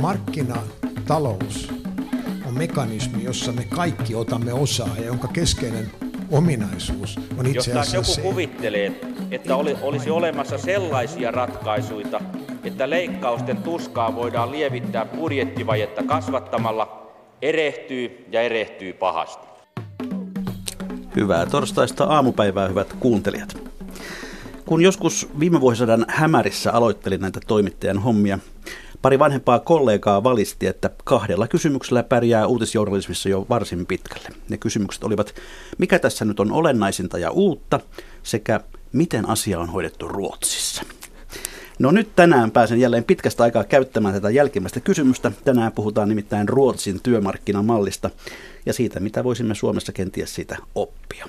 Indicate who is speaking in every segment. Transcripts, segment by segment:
Speaker 1: Markkinatalous on mekanismi, jossa me kaikki otamme osaa ja jonka keskeinen ominaisuus on itse asiassa
Speaker 2: jos joku kuvittelee, että olisi olemassa sellaisia ratkaisuja, että leikkausten tuskaa voidaan lievittää budjettivajetta kasvattamalla, erehtyy pahasti.
Speaker 3: Hyvää torstaista aamupäivää, hyvät kuuntelijat. Kun joskus viime vuosisadan hämärissä aloittelin näitä toimittajan hommia, pari vanhempaa kollegaa valisti, että 2 kysymyksellä pärjää uutisjournalismissa jo varsin pitkälle. Ne kysymykset olivat, mikä tässä nyt on olennaisinta ja uutta, sekä miten asia on hoidettu Ruotsissa. No nyt tänään pääsen jälleen pitkästä aikaa käyttämään tätä jälkimmäistä kysymystä. Tänään puhutaan nimittäin Ruotsin työmarkkinamallista ja siitä, mitä voisimme Suomessa kenties siitä oppia.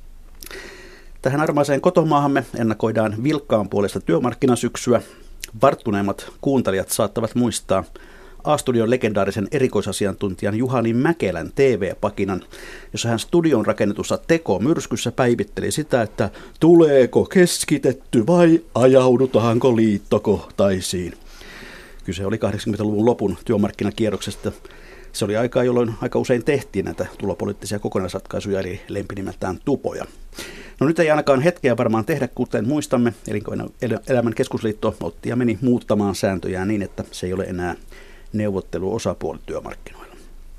Speaker 3: Tähän armaiseen kotomaahamme ennakoidaan vilkkaan puolesta työmarkkinasyksyä. Varttuneimmat kuuntelijat saattavat muistaa A-studion legendaarisen erikoisasiantuntijan Juhani Mäkelän TV-pakinan, jossa hän studion rakennetussa tekomyrskyssä päivitteli sitä, että tuleeko keskitetty vai ajaudutaanko liittokohtaisiin. Kyse oli 80-luvun lopun työmarkkinakierroksesta. Se oli aikaa, jolloin aika usein tehtiin näitä tulopoliittisia kokonaisratkaisuja, eli lempinimeltään tupoja. No nyt ei ainakaan hetkeä varmaan tehdä, kuten muistamme. Elinkeinoelämän keskusliitto otti ja meni muuttamaan sääntöjään niin, että se ei ole enää neuvotteluosapuoli työmarkkinoilla.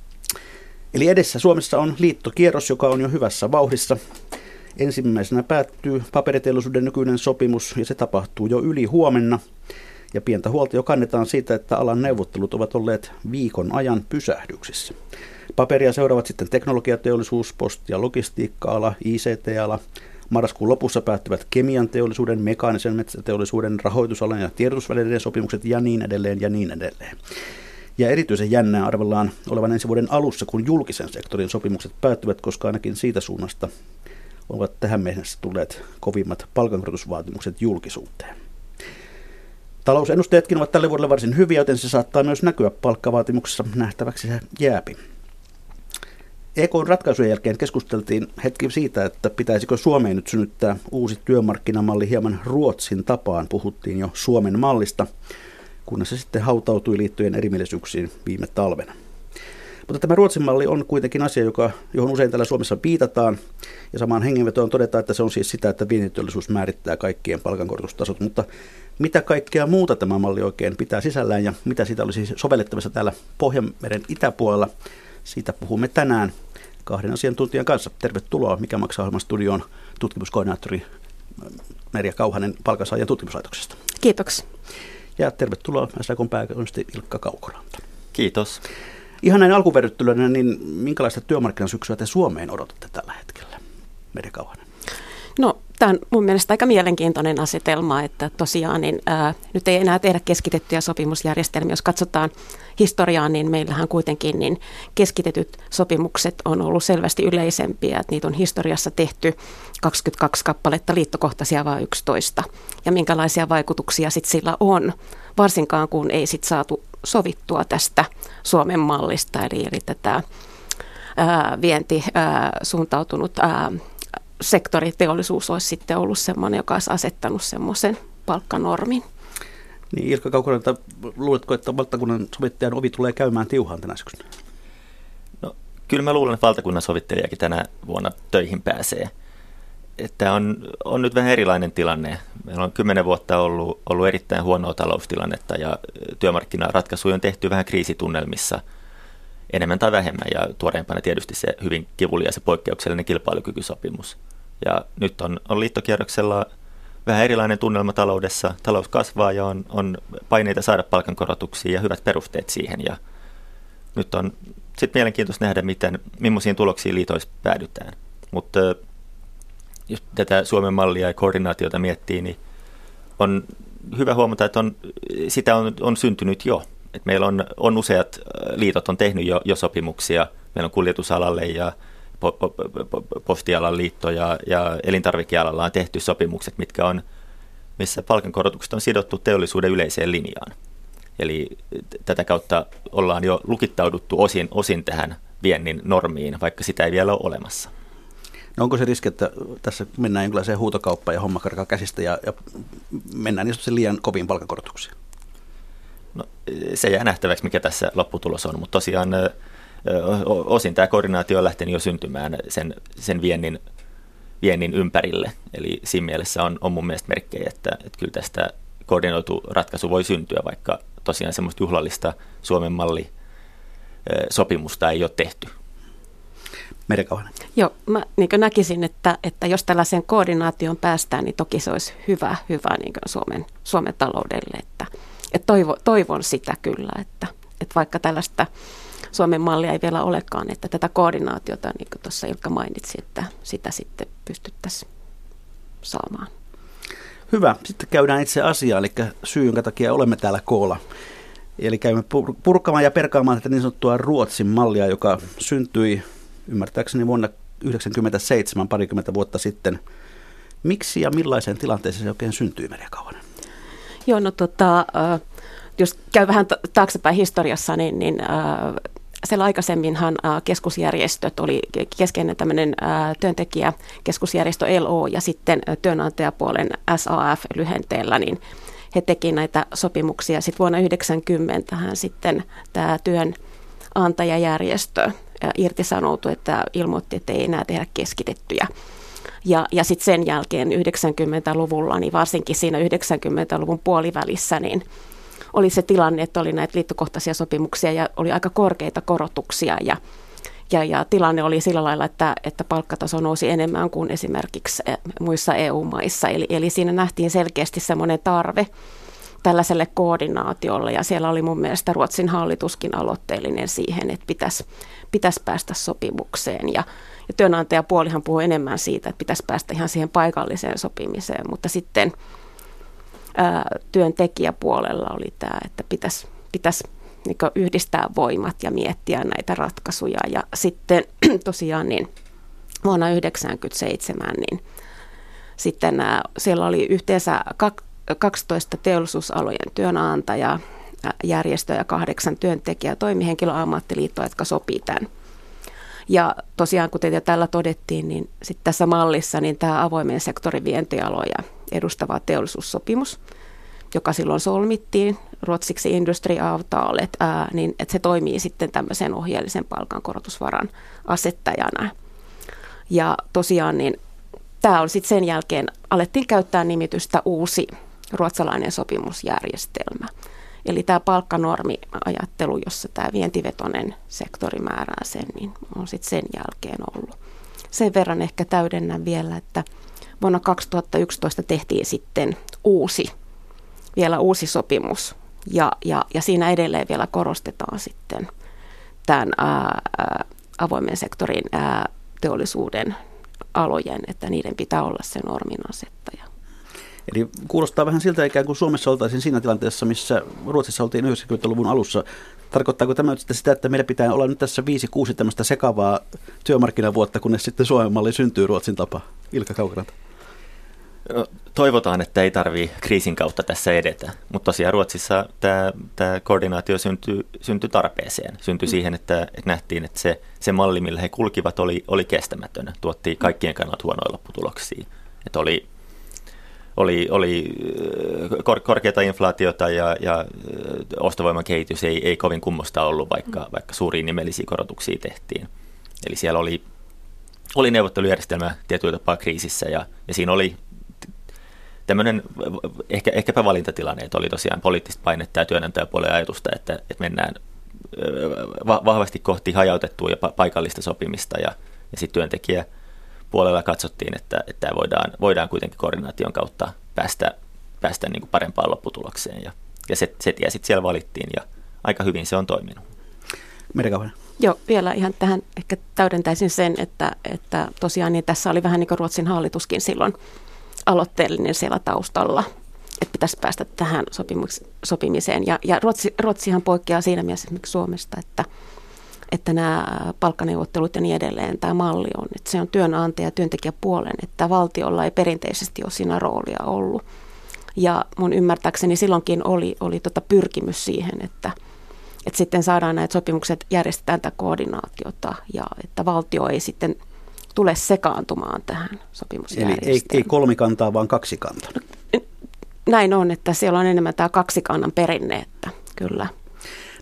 Speaker 3: Eli edessä Suomessa on liittokierros, joka on jo hyvässä vauhdissa. Ensimmäisenä päättyy paperiteollisuuden nykyinen sopimus ja se tapahtuu jo yli huomenna. Ja pientä huolta jo kannetaan siitä, että alan neuvottelut ovat olleet viikon ajan pysähdyksissä. Paperia seuraavat sitten teknologiateollisuus, posti- ja logistiikka-ala, ICT-ala. Marraskuun lopussa päättyvät kemian teollisuuden, mekaanisen metsäteollisuuden, rahoitusalan ja tiedotusvälineiden sopimukset ja niin edelleen ja niin edelleen. Ja erityisen jännää arvellaan olevan ensi vuoden alussa, kun julkisen sektorin sopimukset päättyvät, koska ainakin siitä suunnasta ovat tähän mennessä tulleet kovimmat palkankorotusvaatimukset julkisuuteen. Talousennusteetkin ovat tälle vuodelle varsin hyviä, joten se saattaa myös näkyä palkkavaatimuksessa, nähtäväksi se jääpi. EK:n ratkaisujen jälkeen keskusteltiin hetki siitä, että pitäisikö Suomeen nyt synnyttää uusi työmarkkinamalli hieman Ruotsin tapaan. Puhuttiin jo Suomen mallista, kunnes se sitten hautautui liittojen erimielisyyksiin viime talvena. Mutta tämä Ruotsin malli on kuitenkin asia, johon usein täällä Suomessa viitataan. Ja samaan hengenvetoon todetaan, että se on siis sitä, että vientiteollisuus määrittää kaikkien palkankorotustasot. Mutta mitä kaikkea muuta tämä malli oikein pitää sisällään ja mitä siitä olisi sovellettavissa täällä Pohjanmeren itäpuolella? Siitä puhumme tänään 2 asiantuntijan kanssa. Tervetuloa Mikä maksaa -ohjelman studioon tutkimuskoordinaattori Merja Kauhanen Palkansaajan tutkimuslaitoksesta.
Speaker 4: Kiitoksia.
Speaker 3: Ja tervetuloa SAK:n pääekonomisti Ilkka Kaukoranta.
Speaker 5: Kiitos.
Speaker 3: Ihan näin alkuveryttelynä, niin minkälaista työmarkkinasyksyä te Suomeen odotatte tällä hetkellä, Merja Kauhanen?
Speaker 4: No, tämä on mun mielestä aika mielenkiintoinen asetelma, että tosiaan nyt ei enää tehdä keskitettyjä sopimusjärjestelmiä. Jos katsotaan historiaa, niin meillähän kuitenkin niin keskitetyt sopimukset on ollut selvästi yleisempiä. Että niitä on historiassa tehty 22 kappaletta, liittokohtaisia vain 11. Ja minkälaisia vaikutuksia sitten sillä on, varsinkaan kun ei sitten saatu sovittua tästä Suomen mallista, eli tätä vienti suuntautunut sektoriteollisuus olisi sitten ollut semmoinen, joka olisi asettanut semmoisen palkkanormin.
Speaker 3: Niin, Ilkka Kaukoranta, luuletko, että valtakunnan sovittajan ovi tulee käymään tiuhaan tänä syksynä?
Speaker 5: No, kyllä mä luulen, että valtakunnan sovittelijakin tänä vuonna töihin pääsee. Että on nyt vähän erilainen tilanne. Meillä on 10 vuotta ollut erittäin huonoa taloustilannetta ja työmarkkinaratkaisuja on tehty vähän kriisitunnelmissa enemmän tai vähemmän ja tuoreempana tietysti se hyvin kivulias ja poikkeuksellinen kilpailukykysopimus. Ja nyt on liittokierroksella vähän erilainen tunnelma taloudessa. Talous kasvaa ja on paineita saada palkankorotuksia ja hyvät perusteet siihen. Ja nyt on sitten mielenkiintoista nähdä, millaisiin tuloksiin liitoissa päädytään. Mutta jos tätä Suomen mallia ja koordinaatiota miettii, niin on hyvä huomata, että sitä on syntynyt jo. Et meillä on useat liitot on tehnyt jo sopimuksia. Meillä on kuljetusalalle ja postialan liitto ja elintarvikealalla on tehty sopimukset, missä palkankorotukset on sidottu teollisuuden yleiseen linjaan. Eli tätä kautta ollaan jo lukittauduttu osin tähän viennin normiin, vaikka sitä ei vielä ole olemassa.
Speaker 3: No onko se riski, että tässä mennään jonkinlaiseen huutokauppaan ja homma karkaa käsistä ja mennään niin liian koviin palkankorotuksiin?
Speaker 5: No, se jää nähtäväksi, mikä tässä lopputulos on, mutta tosiaan osin tämä koordinaatio on lähtenyt jo syntymään sen viennin ympärille. Eli siinä mielessä on mun mielestä merkkejä, että kyllä tästä koordinoitu ratkaisu voi syntyä, vaikka tosiaan semmoista juhlallista Suomen mallisopimusta ei ole tehty.
Speaker 3: Merja Kauhanen.
Speaker 4: Joo, mä niin näkisin, että jos tällaiseen koordinaatioon päästään, niin toki se olisi hyvä niin Suomen taloudelle. Että toivon sitä kyllä, että vaikka tällaista Suomen mallia ei vielä olekaan, että tätä koordinaatiota, niin kuin tuossa Ilkka mainitsi, että sitä sitten pystyttäisiin saamaan.
Speaker 3: Hyvä. Sitten käydään itse asiaan, eli syy, jonka takia olemme täällä koolla. Eli käymme purkamaan ja perkaamaan tätä niin sanottua Ruotsin mallia, joka syntyi ymmärtääkseni vuonna 1997, parikymmentä vuotta sitten. Miksi ja millaiseen tilanteeseen se oikein syntyi, Merja Kauhanen?
Speaker 4: Joo, no jos käy vähän taaksepäin historiassa, niin siellä aikaisemminhan keskusjärjestöt oli keskeinen tämmöinen työntekijäkeskusjärjestö LO ja sitten työnantajapuolen SAF lyhenteellä, niin he teki näitä sopimuksia. Sitten vuonna 1990 sitten tämä työnantajajärjestö irtisanoutui, että ilmoitti, että ei enää tehdä keskitettyjä. Ja sitten sen jälkeen 90-luvulla, niin varsinkin siinä 90-luvun puolivälissä, niin oli se tilanne, että oli näitä liittokohtaisia sopimuksia ja oli aika korkeita korotuksia ja tilanne oli sillä lailla, että palkkataso nousi enemmän kuin esimerkiksi muissa EU-maissa. Eli siinä nähtiin selkeästi semmoinen tarve tällaiselle koordinaatiolle ja siellä oli mun mielestä Ruotsin hallituskin aloitteellinen siihen, että pitäisi päästä sopimukseen ja työnantajapuolihan puhui enemmän siitä, että pitäisi päästä ihan siihen paikalliseen sopimiseen, mutta sitten työntekijäpuolella oli tämä, että pitäisi niin yhdistää voimat ja miettiä näitä ratkaisuja. Ja sitten tosiaan niin vuonna 1997 niin sitten siellä oli yhteensä 12 teollisuusalojen työnantajaa, järjestöä ja 8 työntekijää, toimihenkilöammattiliittoa, jotka sopii tämän. Ja tosiaan, kuten jo täällä todettiin, niin sitten tässä mallissa niin tämä avoimen sektorin vientialoja edustava teollisuussopimus, joka silloin solmittiin ruotsiksi industriavtalet, niin että se toimii sitten tämmöisen ohjeellisen palkankorotusvaran asettajana. Ja tosiaan niin tämä on sitten sen jälkeen, alettiin käyttää nimitystä uusi ruotsalainen sopimusjärjestelmä. Eli tämä palkkanormi-ajattelu, jossa tämä vientivetoinen sektori määrää sen, niin on sitten sen jälkeen ollut. Sen verran ehkä täydennän vielä, että vuonna 2011 tehtiin sitten uusi sopimus ja siinä edelleen vielä korostetaan sitten tämän avoimen sektorin teollisuuden alojen, että niiden pitää olla se norminasettaja.
Speaker 3: Eli kuulostaa vähän siltä, ikään kuin Suomessa oltaisiin siinä tilanteessa, missä Ruotsissa oltiin 90-luvun alussa. Tarkoittaako tämä nyt sitä, että meidän pitää olla nyt tässä 5-6 tämmöistä sekavaa työmarkkinavuotta, kunnes sitten Suomen malli syntyy Ruotsin tapa? Ilkka Kaukaranta.
Speaker 5: Toivotaan, että ei tarvitse kriisin kautta tässä edetä, mutta tosiaan Ruotsissa tämä koordinaatio syntyi tarpeeseen. Syntyi siihen, että nähtiin, että se malli, millä he kulkivat, oli kestämätön. Tuotti kaikkien kannalta huonoja lopputuloksia. Että oli korkeata inflaatiota ja ostovoiman kehitys ei kovin kummosta ollut, vaikka suuria nimellisiä korotuksia tehtiin. Eli siellä oli neuvottelujärjestelmä tietyllä tapaa kriisissä ja siinä oli tämmöinen ehkäpä valintatilanne, että oli tosiaan poliittista painetta ja työnantajapuolen ajatusta, että mennään vahvasti kohti hajautettua ja paikallista sopimista ja sitten työntekijäpuolella katsottiin, että voidaan kuitenkin koordinaation kautta päästä niin kuin parempaan lopputulokseen ja se tie sitten siellä valittiin ja aika hyvin se on toiminut.
Speaker 3: Merja Kauhanen.
Speaker 4: Joo, vielä ihan tähän ehkä täydentäisin sen, että tosiaan niin tässä oli vähän niin kuin Ruotsin hallituskin silloin aloitteellinen siellä taustalla, että pitäisi päästä tähän sopimiseen. Ja Ruotsihan poikkeaa siinä mielessä esimerkiksi Suomesta, että nämä palkkaneuvottelut ja niin edelleen, tämä malli on, että se on työnantaja- ja työntekijäpuolen, että valtiolla ei perinteisesti ole siinä roolia ollut. Ja mun ymmärtääkseni silloinkin oli pyrkimys siihen, että sitten saadaan näitä sopimukset, järjestetään tätä koordinaatiota ja että valtio ei sitten tule sekaantumaan tähän sopimusjärjestelmään.
Speaker 3: Eli ei kolmikantaa, vaan kaksikantaa.
Speaker 4: Näin on, että siellä on enemmän tämä kaksikannan perinne, että kyllä.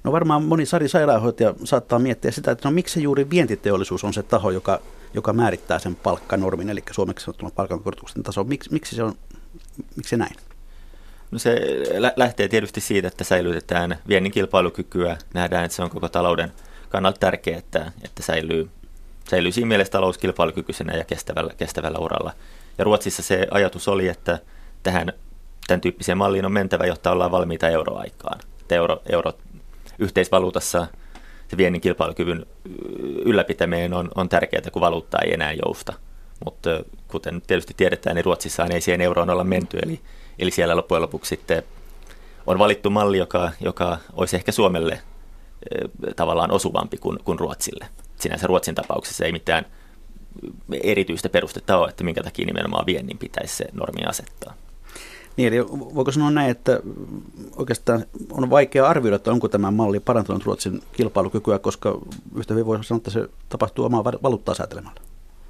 Speaker 3: No varmaan moni Sari sairaanhoitaja saattaa miettiä sitä, että no miksi juuri vientiteollisuus on se taho, joka määrittää sen palkkanormin, eli suomeksi sanottuna palkankorotuksen taso. Miksi se näin?
Speaker 5: No se lähtee tietysti siitä, että säilytetään viennin kilpailukykyä. Nähdään, että se on koko talouden kannalta tärkeää, että säilyy siinä mielessä talous kilpailukykyisenä ja kestävällä uralla. Ja Ruotsissa se ajatus oli, että tämän tyyppiseen malliin on mentävä, jotta ollaan valmiita euroaikaan. Euro yhteisvaluutassa se viennin kilpailukyvyn ylläpitäminen on tärkeää, kun valuutta ei enää jousta. Mutta kuten tietysti tiedetään, niin Ruotsissaan ei siihen euroon olla menty, eli siellä loppujen lopuksi sitten on valittu malli, joka olisi ehkä Suomelle tavallaan osuvampi kuin Ruotsille. Sinänsä Ruotsin tapauksessa ei mitään erityistä perustetta ole, että minkä takia nimenomaan viennin pitäisi se normi asettaa.
Speaker 3: Niin, eli voiko sanoa näin, että oikeastaan on vaikea arvioida, että onko tämä malli parantanut Ruotsin kilpailukykyä, koska yhtä hyvin voi sanoa, että se tapahtuu omaa valuuttaa säätelemällä.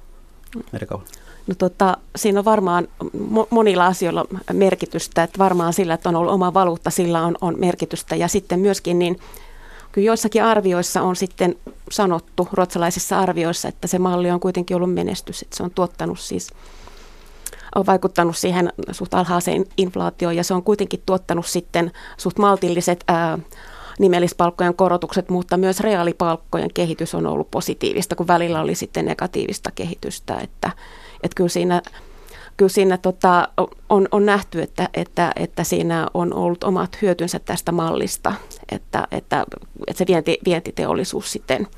Speaker 4: No siinä on varmaan monilla asioilla merkitystä, että varmaan sillä, että on ollut oma valuutta, sillä on merkitystä ja sitten myöskin niin kyllä joissakin arvioissa on sitten sanottu, ruotsalaisissa arvioissa, että se malli on kuitenkin ollut menestys, että se on vaikuttanut siihen suht alhaiseen inflaatioon ja se on kuitenkin tuottanut sitten suht maltilliset nimellispalkkojen korotukset, mutta myös reaalipalkkojen kehitys on ollut positiivista, kun välillä oli sitten negatiivista kehitystä, että kyllä siinä on nähty, että siinä on ollut omat hyötynsä tästä mallista, että se vientiteollisuus sitten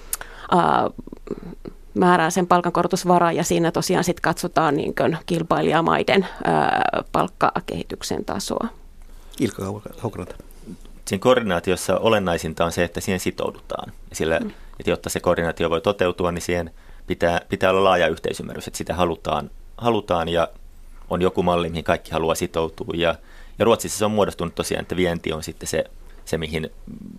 Speaker 4: määrää sen palkankorotusvaran ja siinä tosiaan sitten katsotaan niin kuin kilpailijamaiden palkkakehityksen tasoa.
Speaker 3: Ilkka Haukaranta.
Speaker 5: Siinä koordinaatiossa olennaisinta on se, että siihen sitoudutaan. Että jotta se koordinaatio voi toteutua, niin siihen pitää olla laaja yhteisymmärrys, että sitä halutaan ja on joku malli, mihin kaikki haluaa sitoutua. Ja Ruotsissa se on muodostunut tosiaan, että vienti on sitten se mihin,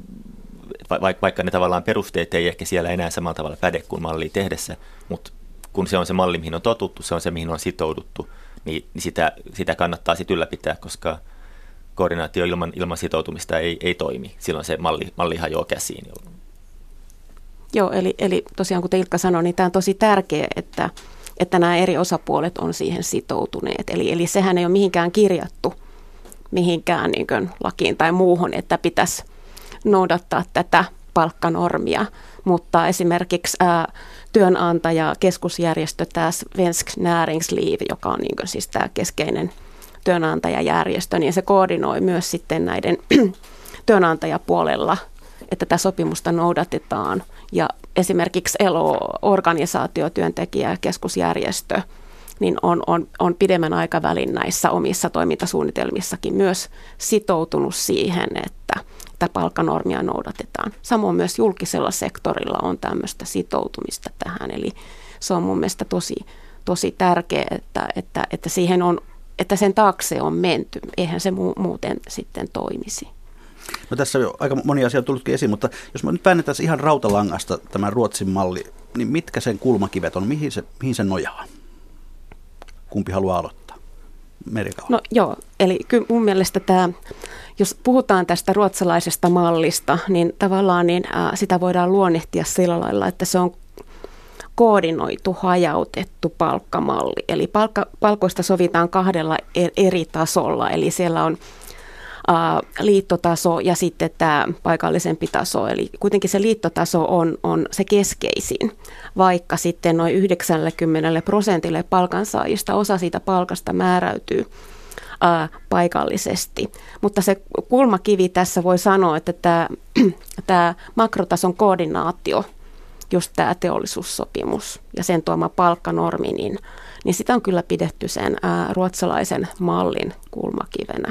Speaker 5: vaikka ne tavallaan perusteet ei ehkä siellä enää samalla tavalla päde kuin mallia tehdessä, mutta kun se on se malli, mihin on totuttu, se on se, mihin on sitouduttu, niin sitä kannattaa sitten ylläpitää, koska koordinaatio ilman sitoutumista ei toimi. Silloin se malli hajoaa käsiin.
Speaker 4: Joo, eli tosiaan kuten Ilkka sanoi, niin tämä on tosi tärkeää, että nämä eri osapuolet on siihen sitoutuneet. Eli sehän ei ole mihinkään kirjattu mihinkään niin kuin lakiin tai muuhun, että pitäisi noudattaa tätä palkkanormia, mutta esimerkiksi työnantaja, keskusjärjestö, tämä Svensk Näringsliv, joka on niin kuin siis tämä keskeinen työnantajajärjestö, niin se koordinoi myös sitten näiden työnantajapuolella, että tätä sopimusta noudatetaan. Ja esimerkiksi ELO-organisaatio, työntekijä- ja keskusjärjestö, niin on pidemmän aikavälin näissä omissa toimintasuunnitelmissakin myös sitoutunut siihen, että palkkanormia noudatetaan. Samoin myös julkisella sektorilla on tämmöistä sitoutumista tähän, eli se on mun mielestä tosi tärkeää, että siihen on, että sen taakse on menty. Eihän se muuten sitten toimisi.
Speaker 3: No tässä on aika moni asia tullutkin esiin, mutta jos me nyt väännetään ihan rautalangasta tämä Ruotsin malli, niin mitkä sen kulmakivet on, mihin se nojaa? Kumpi haluaa aloittaa?
Speaker 4: No joo, eli kyllä mun mielestä jos puhutaan tästä ruotsalaisesta mallista, niin tavallaan sitä voidaan luonnehtia sillä lailla, että se on koordinoitu, hajautettu palkkamalli. Eli palkoista sovitaan 2 eri tasolla, eli siellä on liittotaso ja sitten tämä paikallisempi taso. Eli kuitenkin se liittotaso on se keskeisin, vaikka sitten noin 90% palkansaajista osa siitä palkasta määräytyy paikallisesti. Mutta se kulmakivi tässä voi sanoa, että tämä makrotason koordinaatio, just tämä teollisuussopimus ja sen tuoma palkkanormi, niin sitä on kyllä pidetty sen ruotsalaisen mallin kulmakivenä.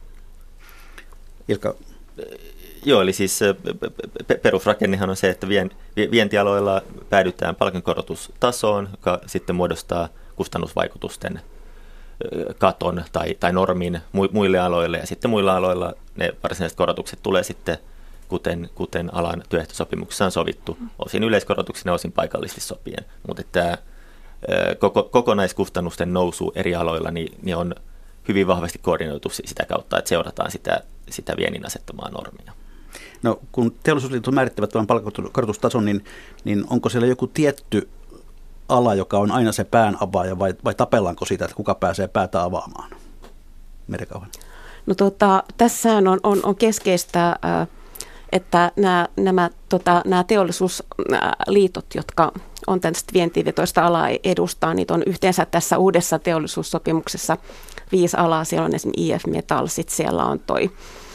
Speaker 3: Ilkka.
Speaker 5: Joo, eli siis perusrakennehan on se, että vientialoilla päädytään palkankorotustasoon, joka sitten muodostaa kustannusvaikutusten katon tai normin muille aloille, ja sitten muilla aloilla ne varsinaiset korotukset tulee sitten, kuten alan työehtosopimuksessa on sovittu, osin yleiskorotuksena, osin paikallisesti sopien. Mutta tämä kokonaiskustannusten nousu eri aloilla niin on hyvin vahvasti koordinoitu sitä kautta, että seurataan sitä viennin asettamaa normia.
Speaker 3: No, kun teollisuusliitot määrittävät tämän palkankorotustason, niin onko siellä joku tietty ala, joka on aina se pään avaaja, vai tapellaanko siitä, että kuka pääsee päätä avaamaan? Merja Kauhanen.
Speaker 4: No tässähän on keskeistä, että nämä teollisuusliitot, jotka on tästä vientivetoista alaa edustaa, niitä on yhteensä tässä uudessa teollisuussopimuksessa 5 alaa. Siellä on esimerkiksi IF Metall, sitten siellä on toi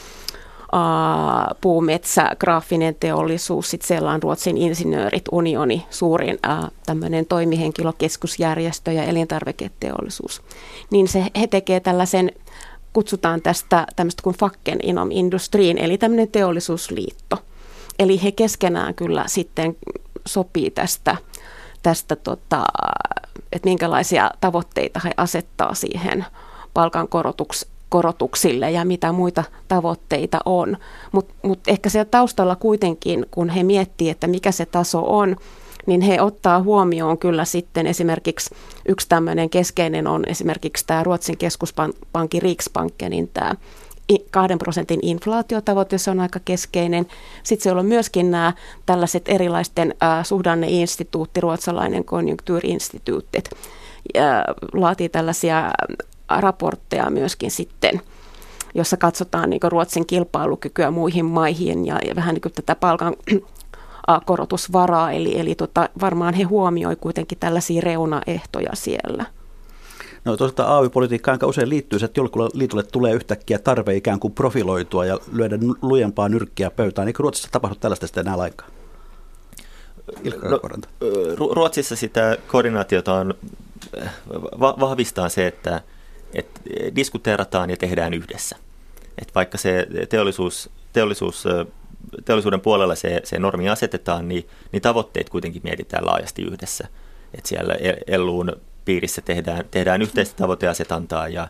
Speaker 4: puumetsä, graafinen teollisuus, sitten siellä on Ruotsin insinöörit, Unioni, suurin tämmöinen toimihenkilökeskusjärjestö ja elintarviketeollisuus. Niin he tekee tällaisen, kutsutaan tästä tämmöistä kuin Facken inom Industrin, eli tämmöinen teollisuusliitto. Eli he keskenään kyllä sitten sopii tästä että minkälaisia tavoitteita he asettaa siihen palkankorotuksille ja mitä muita tavoitteita on. Mutta ehkä siellä taustalla kuitenkin, kun he miettii, että mikä se taso on, niin he ottaa huomioon kyllä sitten esimerkiksi yksi tämmöinen keskeinen on esimerkiksi tämä Ruotsin keskuspankki Riksbanken, niin tämä 2% inflaatiotavoite, se on aika keskeinen. Sitten siellä on myöskin nämä tällaiset erilaisten suhdanneinstituutti, ruotsalainen konjunktuurinstituutit, laatii tällaisia raportteja myöskin sitten, jossa katsotaan niin kuin Ruotsin kilpailukykyä muihin maihin ja vähän niin kuin tätä palkan korotusvaraa, eli varmaan he huomioi kuitenkin tällaisia reunaehtoja siellä.
Speaker 3: No toisaalta AY-politiikkaan aika usein liittyy se, että jollakulla liitolle tulee yhtäkkiä tarve ikään kuin profiloitua ja lyödä lujempaa nyrkkiä pöytään. Eikö Ruotsissa tapahdu tällaista sitten enää lainkaan?
Speaker 5: Ruotsissa sitä koordinaatiota on vahvistaa se, että diskuteerataan ja tehdään yhdessä. Et vaikka se teollisuuden puolella se normi asetetaan, niin tavoitteet kuitenkin mietitään laajasti yhdessä. Et siellä LU:n piirissä tehdään yhteistä tavoiteasetantaa ja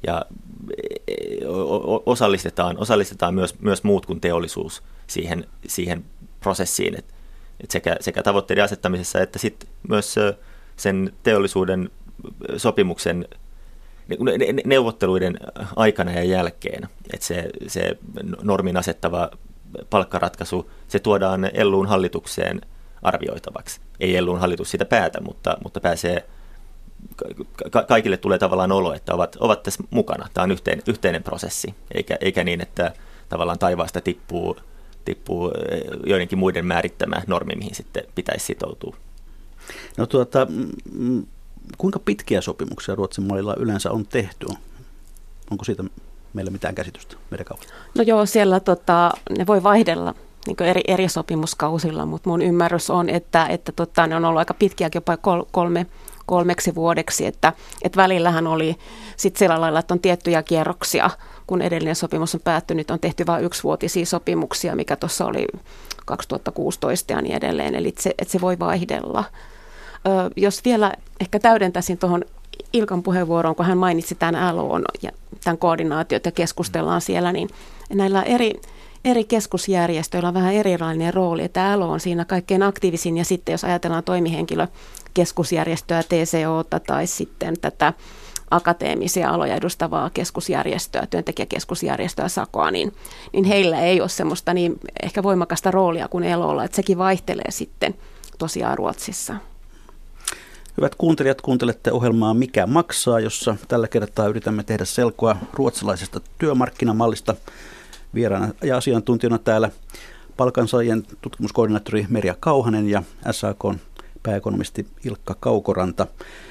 Speaker 5: osallistetaan myös muut kuin teollisuus siihen prosessiin. Et sekä tavoitteiden asettamisessa että sitten myös sen teollisuuden sopimuksen neuvotteluiden aikana ja jälkeen, että se normin asettava palkkaratkaisu, se tuodaan LU:n hallitukseen arvioitavaksi. Ei LU:n hallitus sitä päätä, mutta pääsee, kaikille tulee tavallaan olo, että ovat tässä mukana. Tämä on yhteinen prosessi, eikä niin, että tavallaan taivaasta tippuu joidenkin muiden määrittämä normi, mihin sitten pitäisi sitoutua.
Speaker 3: No kuinka pitkiä sopimuksia Ruotsin mallilla yleensä on tehty? Onko siitä meillä mitään käsitystä, Merja Kauhanen? No
Speaker 4: joo, siellä ne voi vaihdella niin eri sopimuskausilla, mutta mun ymmärrys on, että ne on ollut aika pitkiäkin, jopa 3 vuodeksi, että välillähän oli sitten sillä lailla, että on tiettyjä kierroksia, kun edellinen sopimus on päättynyt, on tehty vain 1-vuotisia sopimuksia, mikä tuossa oli 2016 ja niin edelleen, eli se voi vaihdella. Jos vielä ehkä täydentäisin tuohon Ilkan puheenvuoroon, kun hän mainitsi tämän LO:n ja tämän koordinaatiot ja keskustellaan siellä, niin näillä eri keskusjärjestöillä on vähän erilainen rooli, että LO on siinä kaikkein aktiivisin ja sitten jos ajatellaan toimihenkilökeskusjärjestöä, TCO:ta tai sitten tätä akateemisia aloja edustavaa keskusjärjestöä, työntekijäkeskusjärjestöä SAKOa, niin heillä ei ole semmoista niin ehkä voimakasta roolia kuin LO:lla, että sekin vaihtelee sitten tosiaan Ruotsissa.
Speaker 3: Hyvät kuuntelijat, kuuntelette ohjelmaa Mikä maksaa, jossa tällä kertaa yritämme tehdä selkoa ruotsalaisesta työmarkkinamallista. Vieraana ja asiantuntijana täällä palkansaajien tutkimuskoordinaattori Merja Kauhanen ja SAK:n pääekonomisti Ilkka Kaukoranta.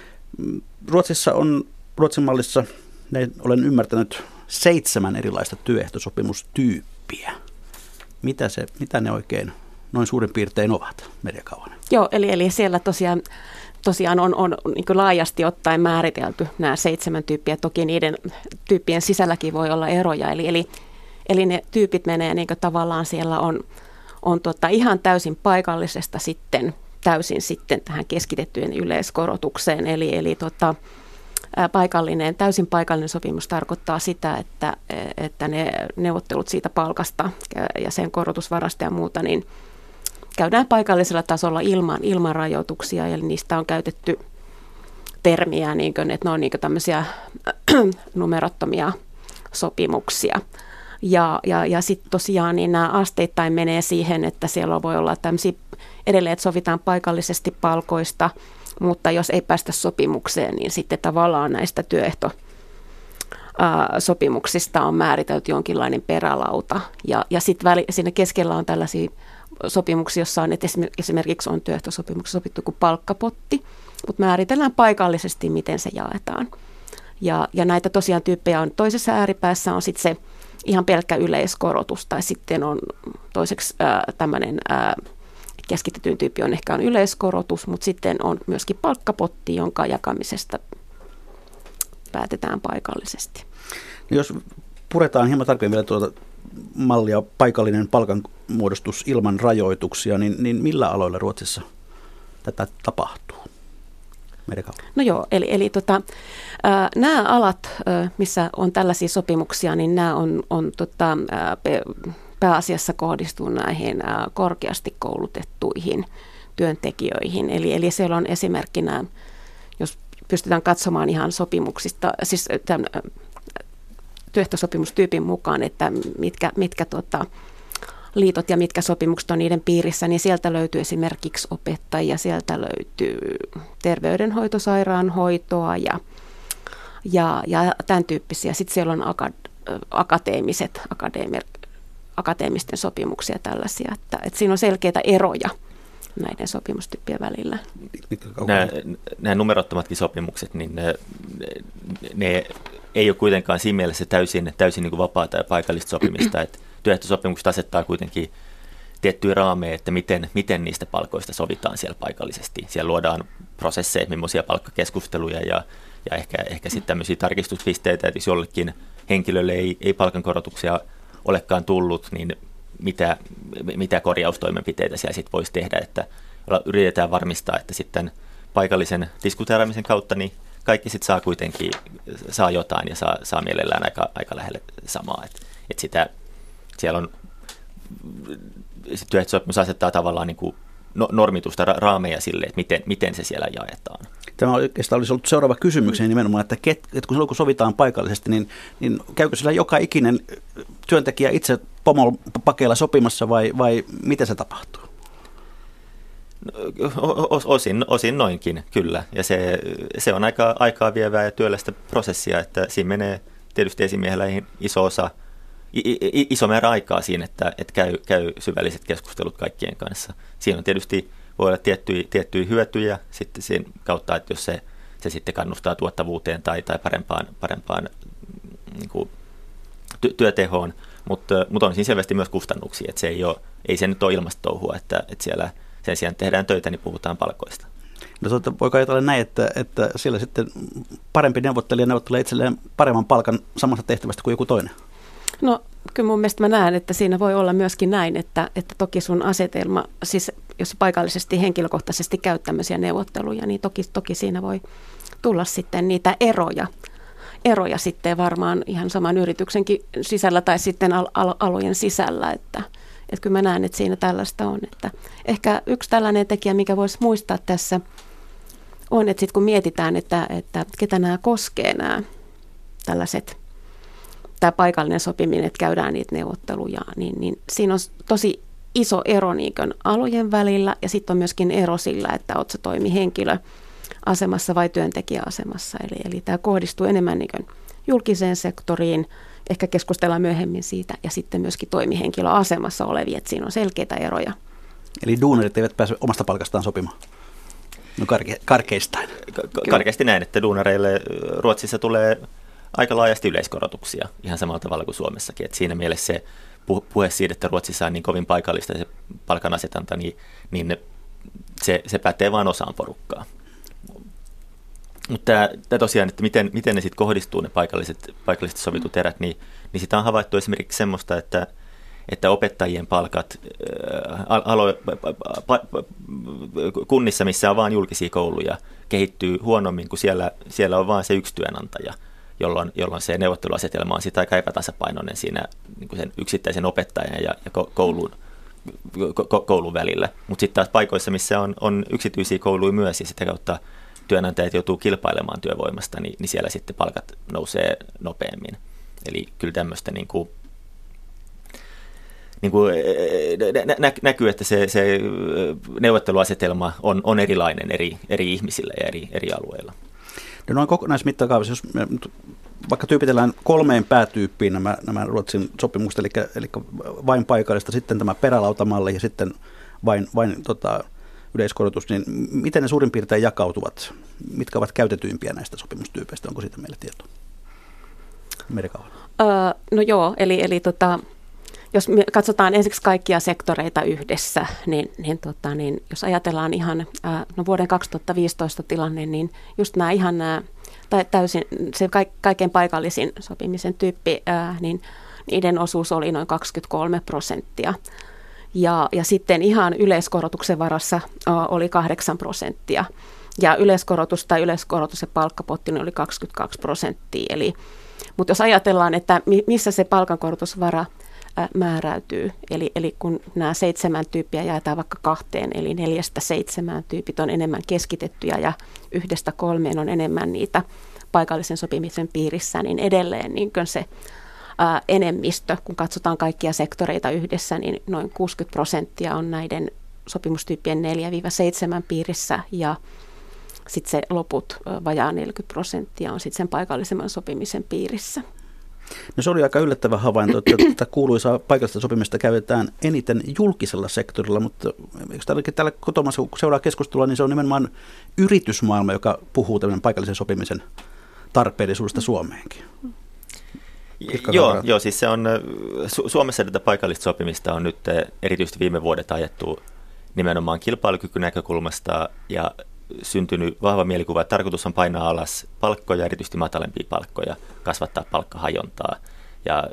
Speaker 3: Ruotsin mallissa, olen ymmärtänyt, 7 erilaista työehtosopimustyyppiä. Mitä ne oikein noin suurin piirtein ovat, Merja Kauhanen? Joo,
Speaker 4: eli siellä tosiaan on niin kuin laajasti ottaen määritelty nämä 7 tyyppiä. Toki niiden tyyppien sisälläkin voi olla eroja, eli ne tyypit menee niin kuin tavallaan siellä on ihan täysin paikallisesta sitten täysin sitten tähän keskitettyjen yleiskorotukseen. Eli täysin paikallinen sopimus tarkoittaa sitä, että ne neuvottelut siitä palkasta ja sen korotusvarasta ja muuta, niin käydään paikallisella tasolla ilman rajoituksia, eli niistä on käytetty termiä, niin kuin, että ne on niin kuin tämmöisiä numerottomia sopimuksia. Ja sitten tosiaan niin nämä asteittain menee siihen, että siellä voi olla tämmöisiä edelleen, että sovitaan paikallisesti palkoista, mutta jos ei päästä sopimukseen, niin sitten tavallaan näistä työehtosopimuksista on määritelty jonkinlainen perälauta. Ja sitten siinä keskellä on tällaisia sopimuksia, jossa on, että esimerkiksi on työehtosopimuksessa sopittu kuin palkkapotti, mutta määritellään paikallisesti, miten se jaetaan. Ja näitä tosiaan tyyppejä on toisessa ääripäässä on sitten se ihan pelkkä yleiskorotus, tai sitten on toiseksi tämmöinen keskitetyn tyyppi on ehkä yleiskorotus, mutta sitten on myöskin palkkapotti, jonka jakamisesta päätetään paikallisesti.
Speaker 3: Jos puretaan hieman tarkemmin vielä tuota mallia paikallinen palkanmuodostus ilman rajoituksia, niin millä aloilla Ruotsissa tätä tapahtuu?
Speaker 4: No joo, eli nämä alat, missä on tällaisia sopimuksia, niin nämä on pääasiassa kohdistuu näihin korkeasti koulutettuihin työntekijöihin. Eli siellä on esimerkkinä, jos pystytään katsomaan ihan sopimuksista, siis tämän työehtosopimustyypin mukaan, että mitkä liitot ja mitkä sopimukset on niiden piirissä, niin sieltä löytyy esimerkiksi opettajia, sieltä löytyy terveydenhoitosairaanhoitoa ja tämän tyyppisiä. Sitten siellä on akateemisten sopimuksia tällaisia, että siinä on selkeitä eroja näiden sopimustyyppien välillä.
Speaker 5: Nämä numerottomatkin sopimukset, niin ne ei ole kuitenkaan siinä mielessä täysin niin kuin vapaata ja paikallista sopimista, että työehtosopimukset asettaa kuitenkin tiettyjä raameja, että miten niistä palkoista sovitaan siellä paikallisesti. Siellä luodaan prosesseja, millaisia palkkakeskusteluja ja ehkä sitten tämmöisiä tarkistuspisteitä, että jos jollekin henkilölle ei palkankorotuksia olekaan tullut, niin mitä korjaustoimenpiteitä siellä sitten voisi tehdä, että yritetään varmistaa, että sitten paikallisen diskuteeraamisen kautta niin kaikki sitten saa jotain ja saa mielellään aika lähelle samaa. Että sitä siellä on, työehtosopimus asettaa tavallaan niin kuin normitusta raameja sille, että miten se siellä jaetaan.
Speaker 3: Tämä oikeastaan olisi ollut seuraava kysymykseni nimenomaan, että kun sovitaan paikallisesti, niin käykö sillä joka ikinen työntekijä itse pomopakeilla sopimassa vai miten se tapahtuu?
Speaker 5: Osin noinkin, kyllä. Ja se on aika aikaa vievää ja työlästä prosessia, että siinä menee tietysti esimiehellä iso määrä aikaa siinä, että käy syvälliset keskustelut kaikkien kanssa. Siinä on tietysti voi olla tiettyjä hyötyjä sitten siinä kautta, että jos se sitten kannustaa tuottavuuteen tai parempaan niin kuin työtehoon, mutta on siinä selvästi myös kustannuksia, että ei se nyt ole ilmastotouhua, että siellä sen sijaan tehdään töitä, niin puhutaan palkoista.
Speaker 3: No voiko ajatella näin, että siellä sitten parempi neuvottelija neuvottelee itselleen paremman palkan samasta tehtävästä kuin joku toinen?
Speaker 4: No kyllä mun mielestä mä näen, että siinä voi olla myöskin näin, että toki sun asetelma, siis jos paikallisesti henkilökohtaisesti käyt tämmöisiä neuvotteluja, niin toki siinä voi tulla sitten niitä eroja sitten varmaan ihan saman yrityksenkin sisällä tai sitten alojen sisällä, että kyllä mä näen, että siinä tällaista on. Että ehkä yksi tällainen tekijä, mikä voisi muistaa tässä, on, että sitten kun mietitään, että ketä nämä koskee nämä tällaiset, tämä paikallinen sopiminen, että käydään niitä neuvotteluja, niin siinä on tosi iso ero niin kuin alojen välillä ja sitten on myöskin ero sillä, että oletko toimi henkilöasemassa vai työntekijäasemassa. Eli tämä kohdistuu enemmän niin kuin julkiseen sektoriin, ehkä keskustellaan myöhemmin siitä, ja sitten myöskin toimihenkilöasemassa olevia, että siinä on selkeitä eroja.
Speaker 3: Eli duunarit eivät pääse omasta palkastaan sopimaan? No karkeistaan.
Speaker 5: Karkeasti näin, että duunareille Ruotsissa tulee aika laajasti yleiskorotuksia, ihan samalla tavalla kuin Suomessakin. Et siinä mielessä se puhe siitä, että Ruotsissa on niin kovin paikallista se palkanasetanta, niin se pätee vain osaan porukkaa. Mutta tämä tosiaan, että miten ne sitten kohdistuu ne paikallisesti sovitut erät, niin sitä on havaittu esimerkiksi semmoista, että opettajien palkat kunnissa, missä on vain julkisia kouluja, kehittyy huonommin kuin siellä on vain se yksi työnantaja, jolloin se neuvotteluasetelma on sitä aika epätasapainoinen siinä niin kuin sen yksittäisen opettajan ja koulun välillä. Mutta sitten taas paikoissa, missä on yksityisiä kouluja myös ja sitä kautta työnantajat joutuu kilpailemaan työvoimasta, niin siellä sitten palkat nousee nopeammin. Eli kyllä tämmöistä niin kuin niin kuin näkyy, että se neuvotteluasetelma on erilainen eri ihmisillä ja eri alueilla.
Speaker 3: No noin kokonaismittakaavassa, jos me vaikka tyypitellään 3 päätyyppiin nämä Ruotsin sopimukset, eli vain paikallista, sitten tämä perälautamalli ja sitten vain yleiskorotus, niin miten ne suurin piirtein jakautuvat? Mitkä ovat käytetyimpiä näistä sopimustyypeistä? Onko siitä meillä tietoa? Merikauhan.
Speaker 4: No joo, eli jos katsotaan ensiksi kaikkia sektoreita yhdessä, niin jos ajatellaan ihan vuoden 2015 tilanne, niin just nämä täysin se kaikkein paikallisin sopimisen tyyppi, niin niiden osuus oli noin 23%. Ja sitten ihan yleiskorotuksen varassa oli 8%. Ja yleiskorotus ja palkkapotti oli 22%. Mutta jos ajatellaan, että missä se palkankorotusvara määräytyy, eli kun nämä 7 tyyppiä jaetaan vaikka 2, eli 4-7 tyypit on enemmän keskitettyjä ja 1-3 on enemmän niitä paikallisen sopimisen piirissä, niin edelleen niin se enemmistö, kun katsotaan kaikkia sektoreita yhdessä, niin noin 60% on näiden sopimustyyppien 4-7 piirissä ja sitten se loput vajaa 40% on sitten sen paikallisemman sopimisen piirissä.
Speaker 3: No se oli aika yllättävä havainto, että tätä kuuluisaa paikallista sopimista käytetään eniten julkisella sektorilla, mutta eikö tällä kotomassa, kun seuraa keskustelua, niin se on nimenomaan yritysmaailma, joka puhuu tämän paikallisen sopimisen tarpeellisuudesta Suomeenkin.
Speaker 5: Joo, siis se on, Suomessa tätä paikallista sopimista on nyt erityisesti viime vuodet ajettu nimenomaan kilpailukykynäkökulmasta ja syntynyt vahva mielikuva, että tarkoitus on painaa alas palkkoja, erityisesti matalempia palkkoja, kasvattaa palkkahajontaa, ja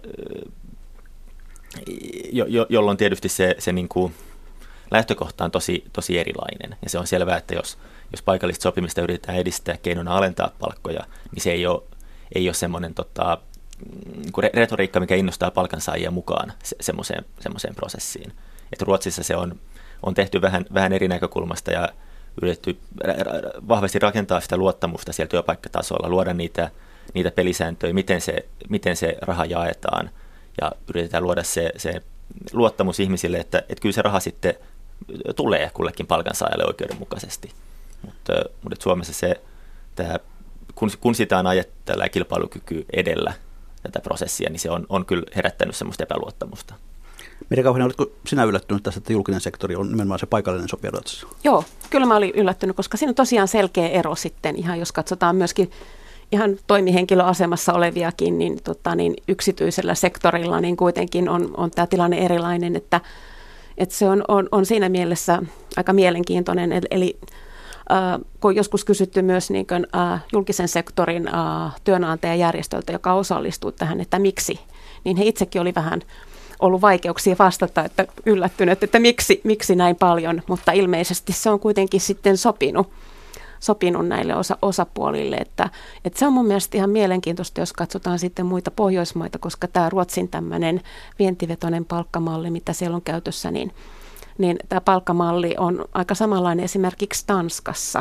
Speaker 5: jolloin tietysti se niin kuin lähtökohta on tosi erilainen. Ja se on selvää, että jos paikallista sopimista yritetään edistää keinona alentaa palkkoja, niin se ei ole semmoinen retoriikka, mikä innostaa palkansaajia mukaan semmoiseen prosessiin. Että Ruotsissa se on tehty vähän eri näkökulmasta ja yritetty vahvasti rakentaa sitä luottamusta siellä työpaikkatasolla, luoda niitä pelisääntöjä, miten se raha jaetaan ja yritetään luoda se luottamus ihmisille, että kyllä se raha sitten tulee kullekin palkansaajalle oikeudenmukaisesti. Mutta Suomessa kun sitä on ajettu tällä kilpailukyky edellä tätä prosessia, niin se on kyllä herättänyt semmoista epäluottamusta.
Speaker 3: Meri Kauhanen, oletko sinä yllättynyt tästä, että julkinen sektori on nimenomaan se paikallinen sopija Ruotsissa?
Speaker 4: Joo, kyllä mä olin yllättynyt, koska siinä on tosiaan selkeä ero sitten, ihan jos katsotaan myöskin ihan toimihenkilöasemassa oleviakin, niin yksityisellä sektorilla niin kuitenkin on tämä tilanne erilainen, että se on siinä mielessä aika mielenkiintoinen, eli kun joskus kysytty myös niin kuin, julkisen sektorin työnantajajärjestöltä, joka osallistuu tähän, että miksi, niin he itsekin oli vähän ollut vaikeuksia vastata, että yllättynyt, että miksi näin paljon, mutta ilmeisesti se on kuitenkin sitten sopinut näille osapuolille, että se on mun mielestä ihan mielenkiintoista, jos katsotaan sitten muita Pohjoismaita, koska tämä Ruotsin tämmöinen vientivetoinen palkkamalli, mitä siellä on käytössä, niin tämä palkkamalli on aika samanlainen esimerkiksi Tanskassa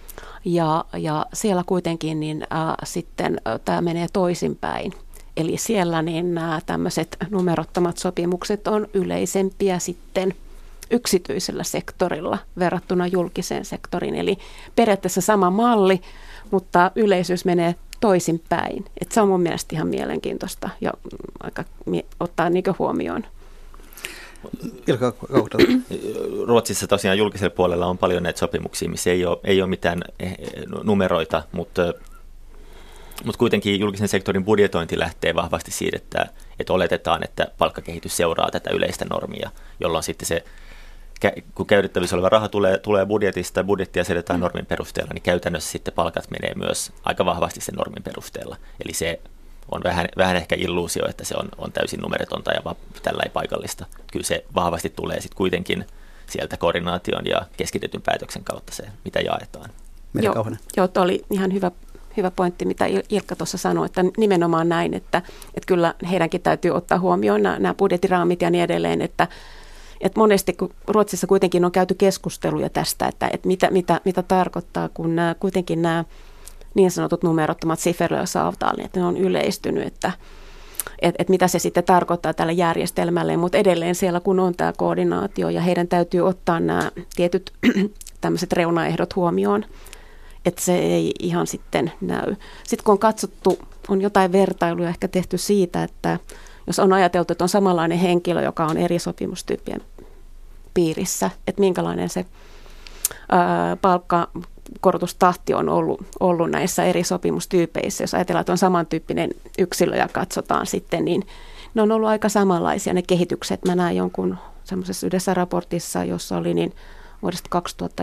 Speaker 4: ja siellä kuitenkin sitten tämä menee toisinpäin. Eli siellä niin nämä tämmöiset numerottomat sopimukset on yleisempiä sitten yksityisellä sektorilla verrattuna julkiseen sektoriin. Eli periaatteessa sama malli, mutta yleisyys menee toisinpäin. Et se on mun mielestä ihan mielenkiintoista ja aika ottaa niinkö huomioon.
Speaker 5: Ruotsissa tosiaan julkisella puolella on paljon näitä sopimuksia, missä ei ole mitään numeroita, mutta kuitenkin julkisen sektorin budjetointi lähtee vahvasti siitä, että oletetaan, että palkkakehitys seuraa tätä yleistä normia, jolloin sitten kun käytettävissä oleva raha tulee budjetista, budjettia asetetaan normin perusteella, niin käytännössä sitten palkat menee myös aika vahvasti sen normin perusteella. Eli se on vähän ehkä illuusio, että se on täysin numeretonta ja tällainen paikallista. Kyllä se vahvasti tulee sitten kuitenkin sieltä koordinaation ja keskitetyn päätöksen kautta se, mitä jaetaan.
Speaker 4: Joo, tuo oli ihan hyvä pointti, mitä Ilkka tuossa sanoi, että nimenomaan näin, että kyllä heidänkin täytyy ottaa huomioon nämä budjettiraamit ja niin edelleen, että monesti kun Ruotsissa kuitenkin on käyty keskusteluja tästä, että mitä tarkoittaa, kun kuitenkin nämä niin sanotut numerottomat sifferlösa-avtal, että ne on yleistynyt, että mitä se sitten tarkoittaa tälle järjestelmälle, mutta edelleen siellä kun on tämä koordinaatio ja heidän täytyy ottaa nämä tietyt tämmöiset reunaehdot huomioon, että se ei ihan sitten näy. Sitten kun on katsottu, on jotain vertailuja ehkä tehty siitä, että jos on ajateltu, että on samanlainen henkilö, joka on eri sopimustyyppien piirissä, että minkälainen se palkkakorotustahti on ollut näissä eri sopimustyypeissä. Jos ajatellaan, että on samantyyppinen yksilö ja katsotaan sitten, niin ne on ollut aika samanlaisia ne kehitykset. Mä näen jonkun semmoisessa yhdessä raportissa, jossa oli niin vuodesta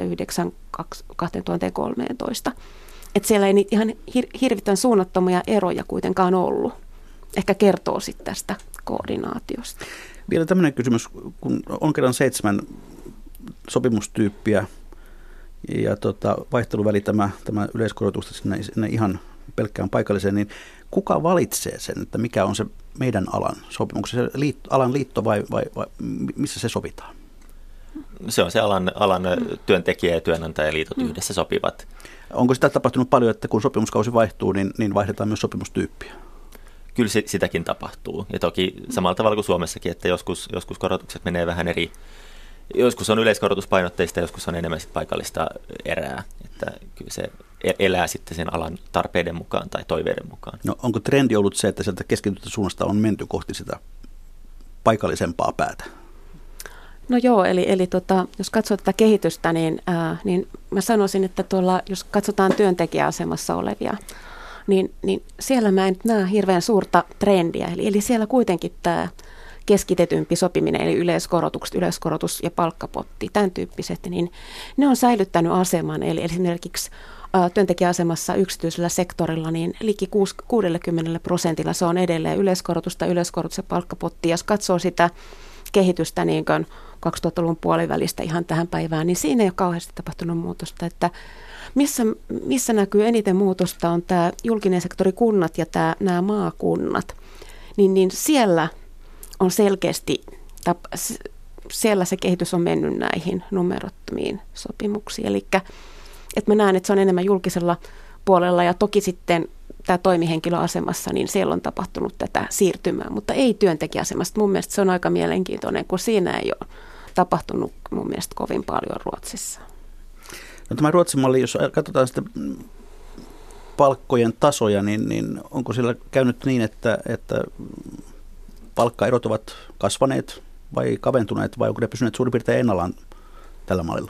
Speaker 4: 2009-2013. Että siellä ei niitä ihan hirvittävän suunnattomia eroja kuitenkaan ollut. Ehkä kertoo sitten tästä koordinaatiosta.
Speaker 3: Vielä tämmöinen kysymys, kun on kerran 7 sopimustyyppiä ja vaihteluväli tämä yleiskorotusta sinne ihan pelkkään paikalliseen, niin kuka valitsee sen, että mikä on se meidän alan sopimuksessa, alan liitto vai missä se sovitaan?
Speaker 5: Se on se alan työntekijä- ja työnantajaliitot yhdessä sopivat.
Speaker 3: Onko sitä tapahtunut paljon, että kun sopimuskausi vaihtuu, niin vaihdetaan myös sopimustyyppiä?
Speaker 5: Kyllä sitäkin tapahtuu. Ja toki samalla tavalla kuin Suomessakin, että joskus korotukset menee vähän eri. Joskus on yleiskorotuspainotteista, joskus on enemmän paikallista erää. Että kyllä se elää sitten sen alan tarpeiden mukaan tai toiveiden mukaan.
Speaker 3: No, onko trendi ollut se, että sieltä keskitystä suunnasta on menty kohti sitä paikallisempaa päätä?
Speaker 4: No joo, eli jos katsoo tätä kehitystä, niin mä sanoisin, että jos katsotaan työntekijäasemassa olevia, niin siellä mä en näe hirveän suurta trendiä. Eli siellä kuitenkin tämä keskitetympi sopiminen, eli yleiskorotus ja palkkapotti, tämän tyyppiset, niin ne on säilyttänyt aseman. Eli esimerkiksi työntekijäasemassa yksityisellä sektorilla, niin liki 60% se on edelleen yleiskorotus ja palkkapotti. Jos katsoo sitä kehitystä niin 2000-luvun puolivälistä ihan tähän päivään, niin siinä ei ole kauheasti tapahtunut muutosta, että missä näkyy eniten muutosta on tämä julkinen sektori, kunnat ja nämä maakunnat, niin siellä on selkeästi, siellä se kehitys on mennyt näihin numerottomiin sopimuksiin. Eli että mä näen, että se on enemmän julkisella puolella ja toki sitten tämä toimihenkilöasemassa, niin siellä on tapahtunut tätä siirtymää, mutta ei työntekijäasemasta. Mun mielestä se on aika mielenkiintoinen, kun siinä ei ole tapahtunut mun mielestä kovin paljon Ruotsissa.
Speaker 3: No, tämä Ruotsin malli, jos katsotaan sitten palkkojen tasoja, niin onko siellä käynyt niin, että palkkaerot ovat kasvaneet vai kaventuneet vai onko ne pysyneet suurin piirtein ennallaan tällä mallilla?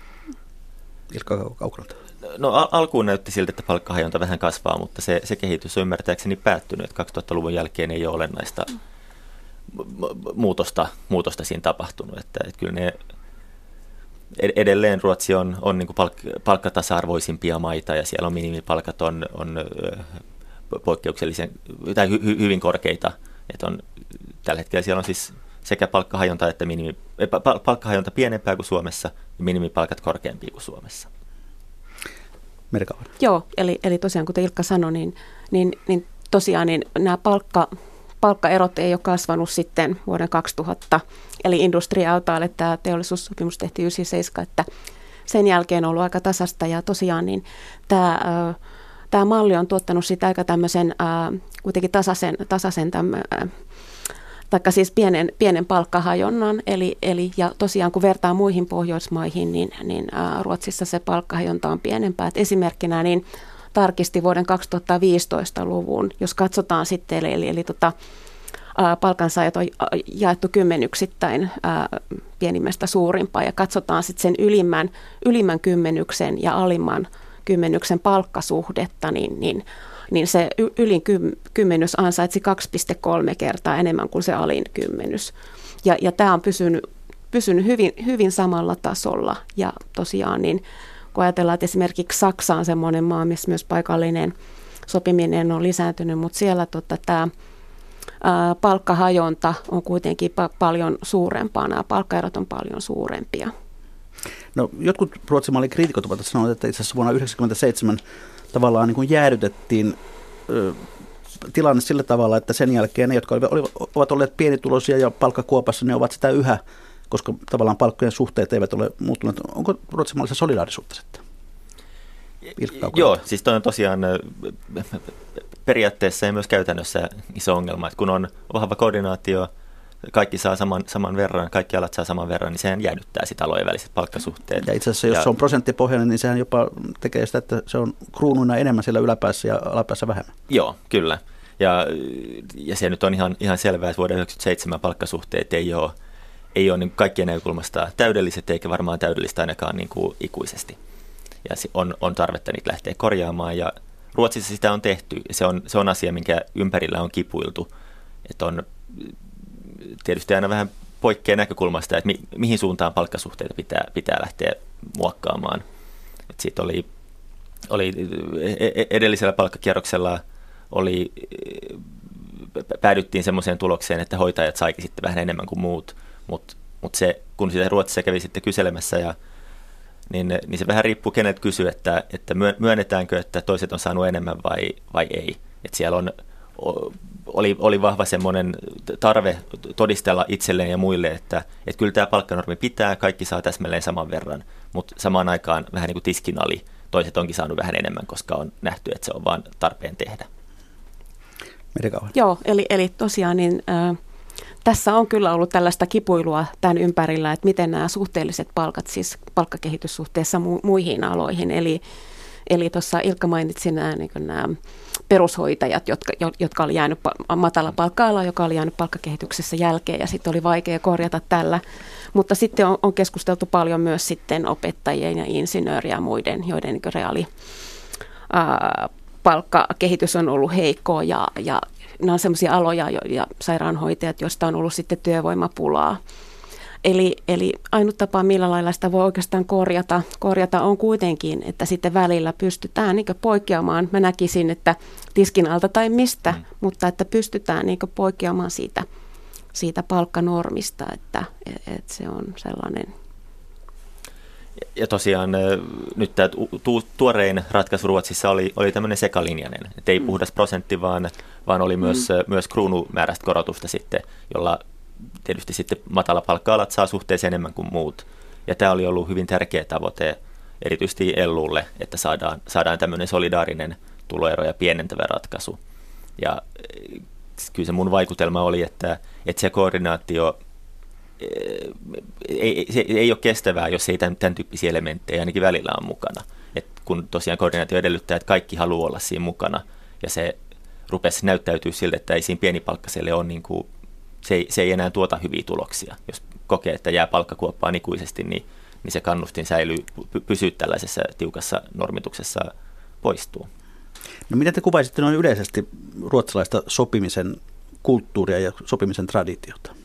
Speaker 3: Ilkka Kaukranta.
Speaker 5: No alkuun näytti siltä, että palkkahajonta vähän kasvaa, mutta se kehitys on ymmärtääkseni päättynyt, että 2000-luvun jälkeen ei ole olennaista muutosta siinä tapahtunut. Että kyllä ne edelleen Ruotsi on niin kuin palkkatasa-arvoisimpia maita ja siellä on minimipalkat on poikkeuksellisen tai hyvin korkeita. Että tällä hetkellä siellä on siis sekä palkkahajonta että palkkahajonta pienempää kuin Suomessa ja minimipalkat korkeampia kuin Suomessa.
Speaker 3: Merkauva.
Speaker 4: Joo, eli tosiaan kuten Ilkka sanoi, niin tosiaan niin nämä palkkaerot ei ole kasvanut sitten vuoden 2000, eli Industriautalle tämä teollisuussopimus tehtiin 97, että sen jälkeen on ollut aika tasasta ja tosiaan niin tämä malli on tuottanut sitä aika tämmöisen kuitenkin tasaisen taikka siis pienen palkkahajonnan, ja tosiaan kun vertaa muihin Pohjoismaihin, niin Ruotsissa se palkkahajonta on pienempää. Et esimerkkinä niin tarkisti vuoden 2015-luvun, jos katsotaan sitten, eli palkansaajat on jaettu kymmenyksittäin pienimmästä suurimpaan, ja katsotaan sitten sen ylimmän kymmenyksen ja alimman kymmenyksen palkkasuhdetta, niin se ylin kymmenys ansaitsi 2,3 kertaa enemmän kuin se alin kymmenys. Ja tämä on pysynyt hyvin samalla tasolla. Ja tosiaan, niin kun ajatellaan, että esimerkiksi Saksa on semmoinen maa, missä myös paikallinen sopiminen on lisääntynyt, mutta siellä tämä palkkahajonta on kuitenkin paljon suurempaa. Nämä palkkaerot on paljon suurempia.
Speaker 3: No, jotkut Ruotsin mallin kriitikot ovat sanoneet, että itse asiassa vuonna 1997 tavallaan niin kuin jäädytettiin tilanne sillä tavalla, että sen jälkeen ne, jotka ovat olleet pienituloisia ja palkkakuopassa, ne ovat sitä yhä, koska tavallaan palkkojen suhteet eivät ole muuttuneet. Onko Ruotsin mallissa solidaarisuutta sitten?
Speaker 5: Joo, siis toi on tosiaan periaatteessa ja myös käytännössä iso ongelma, että kun on vahva koordinaatio, kaikki saa saman verran, kaikki alat saa saman verran, niin sehän jäädyttää sitä alojen väliset palkkasuhteet.
Speaker 3: Ja itse asiassa, jos se on prosenttipohjainen, niin sehän jopa tekee sitä, että se on kruunuina enemmän siellä yläpäässä ja alapäässä vähemmän.
Speaker 5: Joo, kyllä. Ja se nyt on ihan selvää, että vuoden 1997 palkkasuhteet ei ole niin kaikkien näkökulmasta täydelliset, eikä varmaan täydellistä ainakaan niin kuin ikuisesti. Ja on tarvetta niitä lähteä korjaamaan, ja Ruotsissa sitä on tehty. Se on asia, minkä ympärillä on kipuiltu. Että on tietysti aina vähän poikkeaa näkökulmasta, että mihin suuntaan palkkasuhteita pitää lähteä muokkaamaan. Et siitä oli edellisellä palkkakierroksella päädyttiin semmoiseen tulokseen, että hoitajat saikin sitten vähän enemmän kuin muut, mutta se, kun sitä Ruotsissa kävi sitten kyselemässä, niin se vähän riippuu keneltä kysyy, että myönnetäänkö, että toiset on saanut enemmän vai ei. Et siellä oli vahva semmoinen tarve todistella itselleen ja muille, että kyllä tämä palkkanormi pitää, kaikki saa täsmälleen saman verran, mutta samaan aikaan vähän niin kuin tiskin ali, toiset onkin saanut vähän enemmän, koska on nähty, että se on vaan tarpeen tehdä.
Speaker 4: Joo, eli tosiaan niin, tässä on kyllä ollut tällaista kipuilua tämän ympärillä, että miten nämä suhteelliset palkat, siis palkkakehitys suhteessa muihin aloihin, eli tuossa Ilkka mainitsi nämä perushoitajat, jotka oli jäänyt matala palkka-ala, joka oli jäänyt palkkakehityksessä jälkeen, ja sitten oli vaikea korjata tällä. Mutta sitten on keskusteltu paljon myös sitten opettajien ja insinööriä ja muiden, joiden reaali palkkakehitys on ollut heikkoa, ja nämä on sellaisia aloja ja sairaanhoitajat, joista on ollut sitten työvoimapulaa. Eli ainut tapa, millä lailla sitä voi oikeastaan korjata on kuitenkin, että sitten välillä pystytään niin poikkeamaan. Mä näkisin, että tiskin alta tai mistä, mutta että pystytään niin poikkeamaan siitä palkkanormista, että se on sellainen.
Speaker 5: Ja tosiaan nyt tämä tuorein ratkaisu Ruotsissa oli tämmöinen sekalinjainen, että ei puhdas prosentti, vaan oli myös kruunumääräistä korotusta sitten, jolla tietysti sitten matala palkka-alat saa suhteessa enemmän kuin muut. Ja tämä oli ollut hyvin tärkeä tavoite erityisesti LUlle, että saadaan tämmöinen solidaarinen tuloeroja pienentävä ratkaisu. Ja kyllä se mun vaikutelma oli, että se koordinaatio ei ole kestävää, jos ei tämän tyyppisiä elementtejä ainakin välillä on mukana. Et kun tosiaan koordinaatio edellyttää, että kaikki haluaa olla siinä mukana, ja se rupesi näyttäytyä siltä, että ei siinä pienipalkkaiselle ole niin kuin, se ei enää tuota hyviä tuloksia. Jos kokee, että jää palkkakuoppaan ikuisesti, niin se kannustin säilyy, pysyä tällaisessa tiukassa normituksessa poistuu.
Speaker 3: No miten te kuvaisitte noin yleisesti ruotsalaista sopimisen kulttuuria ja sopimisen traditiota?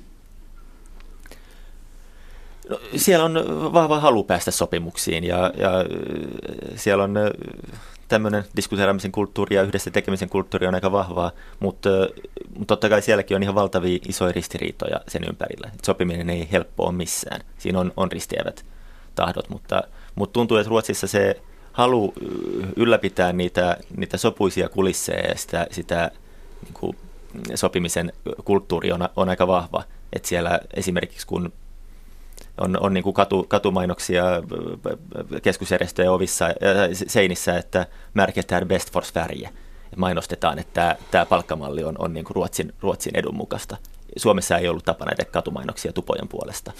Speaker 5: No, siellä on vahva halu päästä sopimuksiin ja siellä on tämmöinen diskuteeraamisen kulttuuri ja yhdessä tekemisen kulttuuri on aika vahvaa, mutta totta kai sielläkin on ihan valtavia isoja ristiriitoja sen ympärillä. Et sopiminen ei helppoa missään. Siinä on ristiävät tahdot, mutta tuntuu, että Ruotsissa se halu ylläpitää niitä sopuisia kulisseja ja sitä niin kuin sopimisen kulttuuri on aika vahva. Et siellä esimerkiksi kun on niin kuin katumainoksia keskusjärjestöjen ovissa ja seinissä, että märketään best for Sverige. Mainostetaan, että tämä palkkamalli on niin kuin Ruotsin edun mukaista. Suomessa ei ollut tapana tehdä katumainoksia tupojen puolesta.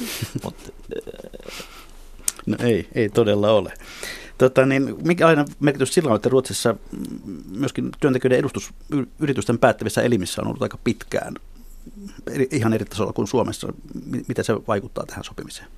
Speaker 3: No ei todella ole. Mikä aina merkitys sillä on, että Ruotsissa myöskin työntekijöiden edustus yritysten päättävissä elimissä on ollut aika pitkään ihan eri tasolla kuin Suomessa. Miten se vaikuttaa tähän sopimiseen?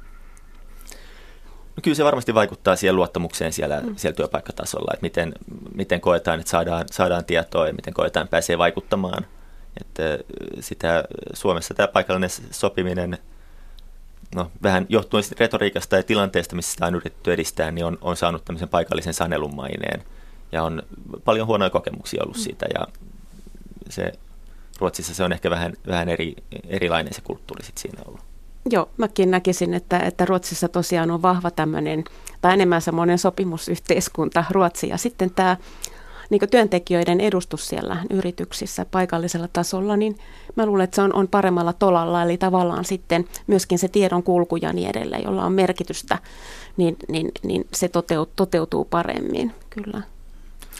Speaker 5: No kyllä se varmasti vaikuttaa siihen luottamukseen siellä työpaikkatasolla, että miten koetaan, että saadaan tietoa ja miten koetaan, että pääsee vaikuttamaan. Että Suomessa tämä paikallinen sopiminen, no, vähän johtuen retoriikasta ja tilanteesta, missä sitä on yritetty edistää, niin on saanut tämmöisen paikallisen sanelun maineen. Ja on paljon huonoja kokemuksia ollut siitä, ja Ruotsissa se on ehkä vähän erilainen se kulttuuri sitten siinä ollut.
Speaker 4: Joo, mäkin näkisin, että Ruotsissa tosiaan on vahva tämmöinen, tai enemmän semmoinen sopimusyhteiskunta Ruotsi, ja sitten tämä niin työntekijöiden edustus siellä yrityksissä paikallisella tasolla, niin mä luulen, että se on paremmalla tolalla, eli tavallaan sitten myöskin se tiedon kulku ja niin edelleen, jolla on merkitystä, niin se toteutuu paremmin, kyllä.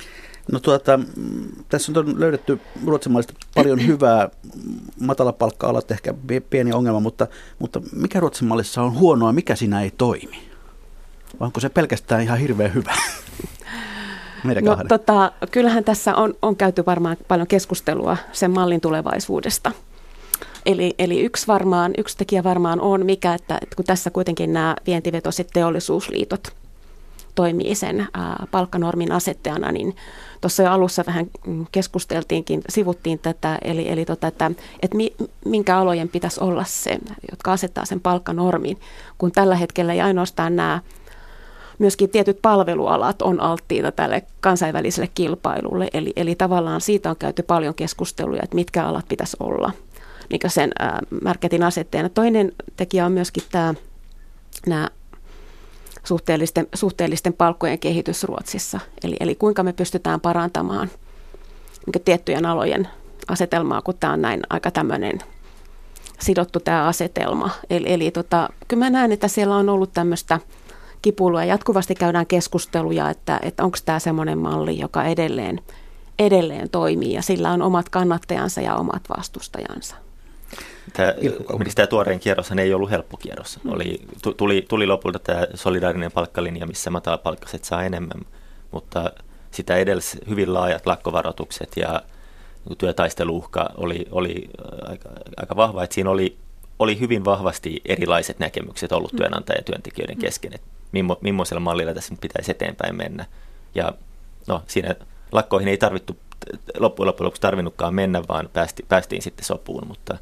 Speaker 3: No tässä on löydetty ruotsinmallista paljon hyvää, matalapalkka-alat ehkä pieni ongelma, mutta mikä ruotsinmallissa on huonoa, mikä siinä ei toimi? Vai onko se pelkästään ihan hirveän hyvä?
Speaker 4: No, kyllähän tässä on käyty varmaan paljon keskustelua sen mallin tulevaisuudesta. Eli yksi tekijä varmaan on mikä, että kun tässä kuitenkin nämä vientivetoiset teollisuusliitot toimii sen palkkanormin asettajana, niin tuossa jo alussa vähän keskusteltiinkin, sivuttiin tätä, eli että minkä alojen pitäisi olla se, jotka asettaa sen palkkanormin, kun tällä hetkellä ei ainoastaan nämä myöskin tietyt palvelualat on alttiita tälle kansainväliselle kilpailulle, eli tavallaan siitä on käyty paljon keskusteluja, että mitkä alat pitäisi olla niin sen marketin asetteena. Toinen tekijä on myöskin nämä suhteellisten palkkojen kehitys Ruotsissa, eli kuinka me pystytään parantamaan niin tiettyjen alojen asetelmaa, kun tämä on näin aika tämmöinen sidottu tämä asetelma. Eli kyllä mä näen, että siellä on ollut tämmöistä kipuilua. Jatkuvasti käydään keskusteluja, että onko tämä semmoinen malli, joka edelleen toimii ja sillä on omat kannattajansa ja omat vastustajansa.
Speaker 5: Tämä tuoreen kierroshan ei ollut helppo kierros. Tuli lopulta tämä solidaarinen palkkalinja, missä matalapalkkaiset saa enemmän, mutta sitä edelsi hyvin laajat lakkovaroitukset ja työtaisteluuhka oli aika vahva, että siinä oli hyvin vahvasti erilaiset näkemykset ollut työnantaja- ja työntekijöiden kesken, että millaisella mallilla tässä pitäisi eteenpäin mennä. Ja no, siinä lakkoihin ei loppujen lopuksi tarvinnutkaan mennä, vaan päästiin sitten sopuun, mutta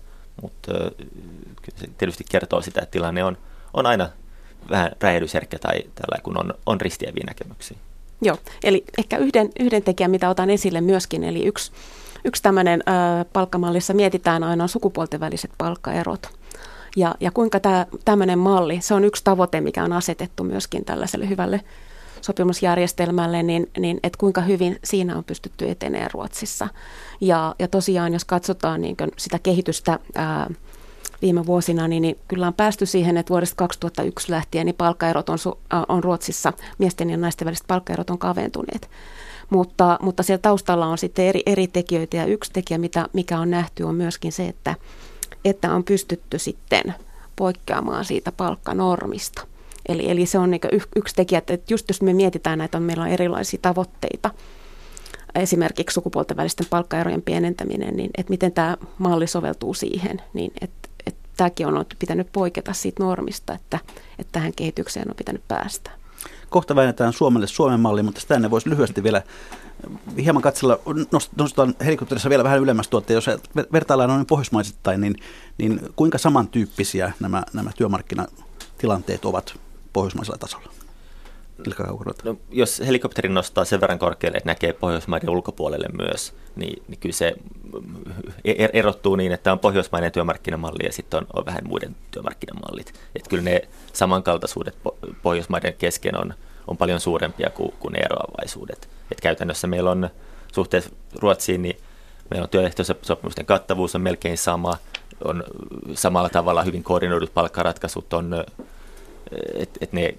Speaker 5: se tietysti kertoo sitä, että tilanne on aina vähän räjähdysherkkä tai tällä, kun on ristiäviä näkemyksiä.
Speaker 4: Joo, eli ehkä yhden tekijän, mitä otan esille myöskin, eli yksi tämmöinen palkkamallissa mietitään aina on sukupuolten väliset palkkaerot. Ja kuinka tämmöinen malli, se on yksi tavoite, mikä on asetettu myöskin tällaiselle hyvälle sopimusjärjestelmälle, niin että kuinka hyvin siinä on pystytty etenemään Ruotsissa. Ja tosiaan, jos katsotaan niin sitä kehitystä viime vuosina, niin kyllä on päästy siihen, että vuodesta 2001 lähtien niin palkkaerot on Ruotsissa, miesten ja naisten väliset palkkaerot on kaventuneet. Mutta siellä taustalla on sitten eri tekijöitä, ja yksi tekijä, mikä on nähty, on myöskin se, että on pystytty sitten poikkeamaan siitä palkkanormista. Eli se on niin yksi tekijä, että just jos me mietitään näitä, meillä on erilaisia tavoitteita, esimerkiksi sukupuolten välisten palkkaerojen pienentäminen, niin että miten tämä malli soveltuu siihen, niin että tämäkin on pitänyt poiketa siitä normista, että tähän kehitykseen on pitänyt päästä.
Speaker 3: Kohta väännetään Suomen malli, mutta sitä ennen voisi lyhyesti vielä hieman katsella, nostetaan helikopterissa vielä vähän ylemmäs tuotteen, jos vertaillaan noin pohjoismaisittain, niin kuinka samantyyppisiä nämä työmarkkinatilanteet ovat pohjoismaisella tasolla?
Speaker 5: No, jos helikopterin nostaa sen verran korkealle, että näkee Pohjoismaiden ulkopuolelle myös, niin kyllä se erottuu niin, että on pohjoismainen työmarkkinamalli ja sitten on vähän muiden työmarkkinamallit. Että kyllä ne samankaltaisuudet Pohjoismaiden kesken on paljon suurempia kuin ne eroavaisuudet. Et käytännössä meillä on suhteessa Ruotsiin, niin meillä on työehtosopimusten kattavuus on melkein sama, on samalla tavalla hyvin koordinoidut palkkaratkaisut, että ne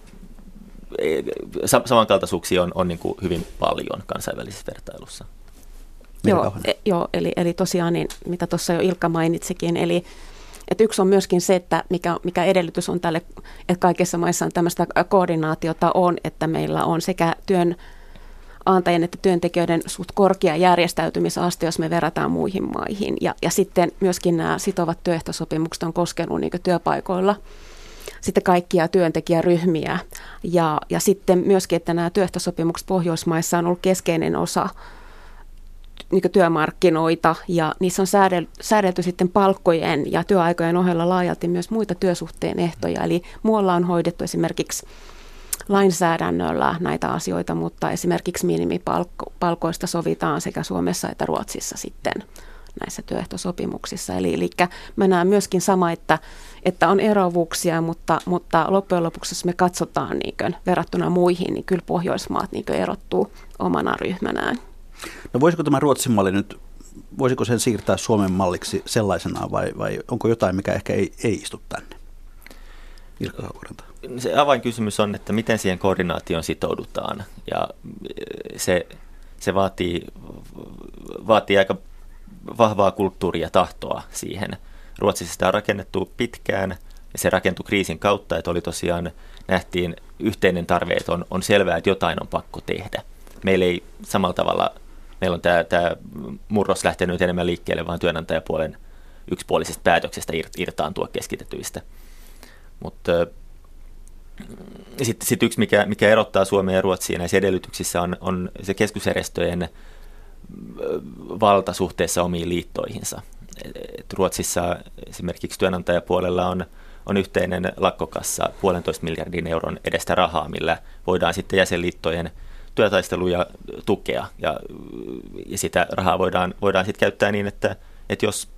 Speaker 5: samankaltaisuuksia on niin kuin hyvin paljon kansainvälisessä vertailussa.
Speaker 4: Joo, eli tosiaan niin, mitä tuossa jo Ilkka mainitsikin, eli että yksi on myöskin se, että mikä edellytys on tälle, että kaikissa maissa on tämmöistä koordinaatiota on, että meillä on sekä työnantajien että työntekijöiden suht korkea järjestäytymisaste, jos me verrataan muihin maihin. Ja sitten myöskin nämä sitovat työehtosopimukset on koskenut niin kuin työpaikoilla sitten kaikkia työntekijäryhmiä. Ja sitten myöskin, että nämä työehtosopimukset Pohjoismaissa on ollut keskeinen osa niin kuin työmarkkinoita, ja niissä on säädelty sitten palkkojen ja työaikojen ohella laajalti myös muita työsuhteen ehtoja. Eli muualla on hoidettu esimerkiksi lainsäädännöllä näitä asioita, mutta esimerkiksi minimipalkoista sovitaan sekä Suomessa että Ruotsissa sitten näissä työehtosopimuksissa. Eli mä näen myöskin sama, että on eroavuuksia, mutta loppujen lopuksi, jos me katsotaan niin verrattuna muihin, niin kyllä Pohjoismaat niin erottuu omana ryhmänään.
Speaker 3: No voisiko tämä Ruotsin malli nyt, voisiko sen siirtää Suomen malliksi sellaisenaan vai onko jotain, mikä ehkä ei istu tänne? Ilkka Kaukoranta.
Speaker 5: Se avainkysymys on, että miten siihen koordinaatioon sitoudutaan, ja se vaatii aika vahvaa kulttuuria ja tahtoa siihen. Ruotsissa sitä on rakennettu pitkään ja se rakentui kriisin kautta, että oli tosiaan, nähtiin yhteinen tarve, että on selvää, että jotain on pakko tehdä. Meillä ei samalla tavalla, meillä on tämä murros lähtenyt enemmän liikkeelle vaan työnantajapuolen yksipuolisesta päätöksestä irtaantua keskitetyistä. Mutta sitten yksi, mikä erottaa Suomea ja Ruotsia näissä edellytyksissä on se keskusjärjestöjen valta suhteessa omiin liittoihinsa. Et Ruotsissa esimerkiksi työnantajapuolella on yhteinen lakkokassa 1,5 miljardin euron edestä rahaa, millä voidaan sitten jäsenliittojen työtaisteluja tukea. Ja sitä rahaa voidaan sitten käyttää niin, että jos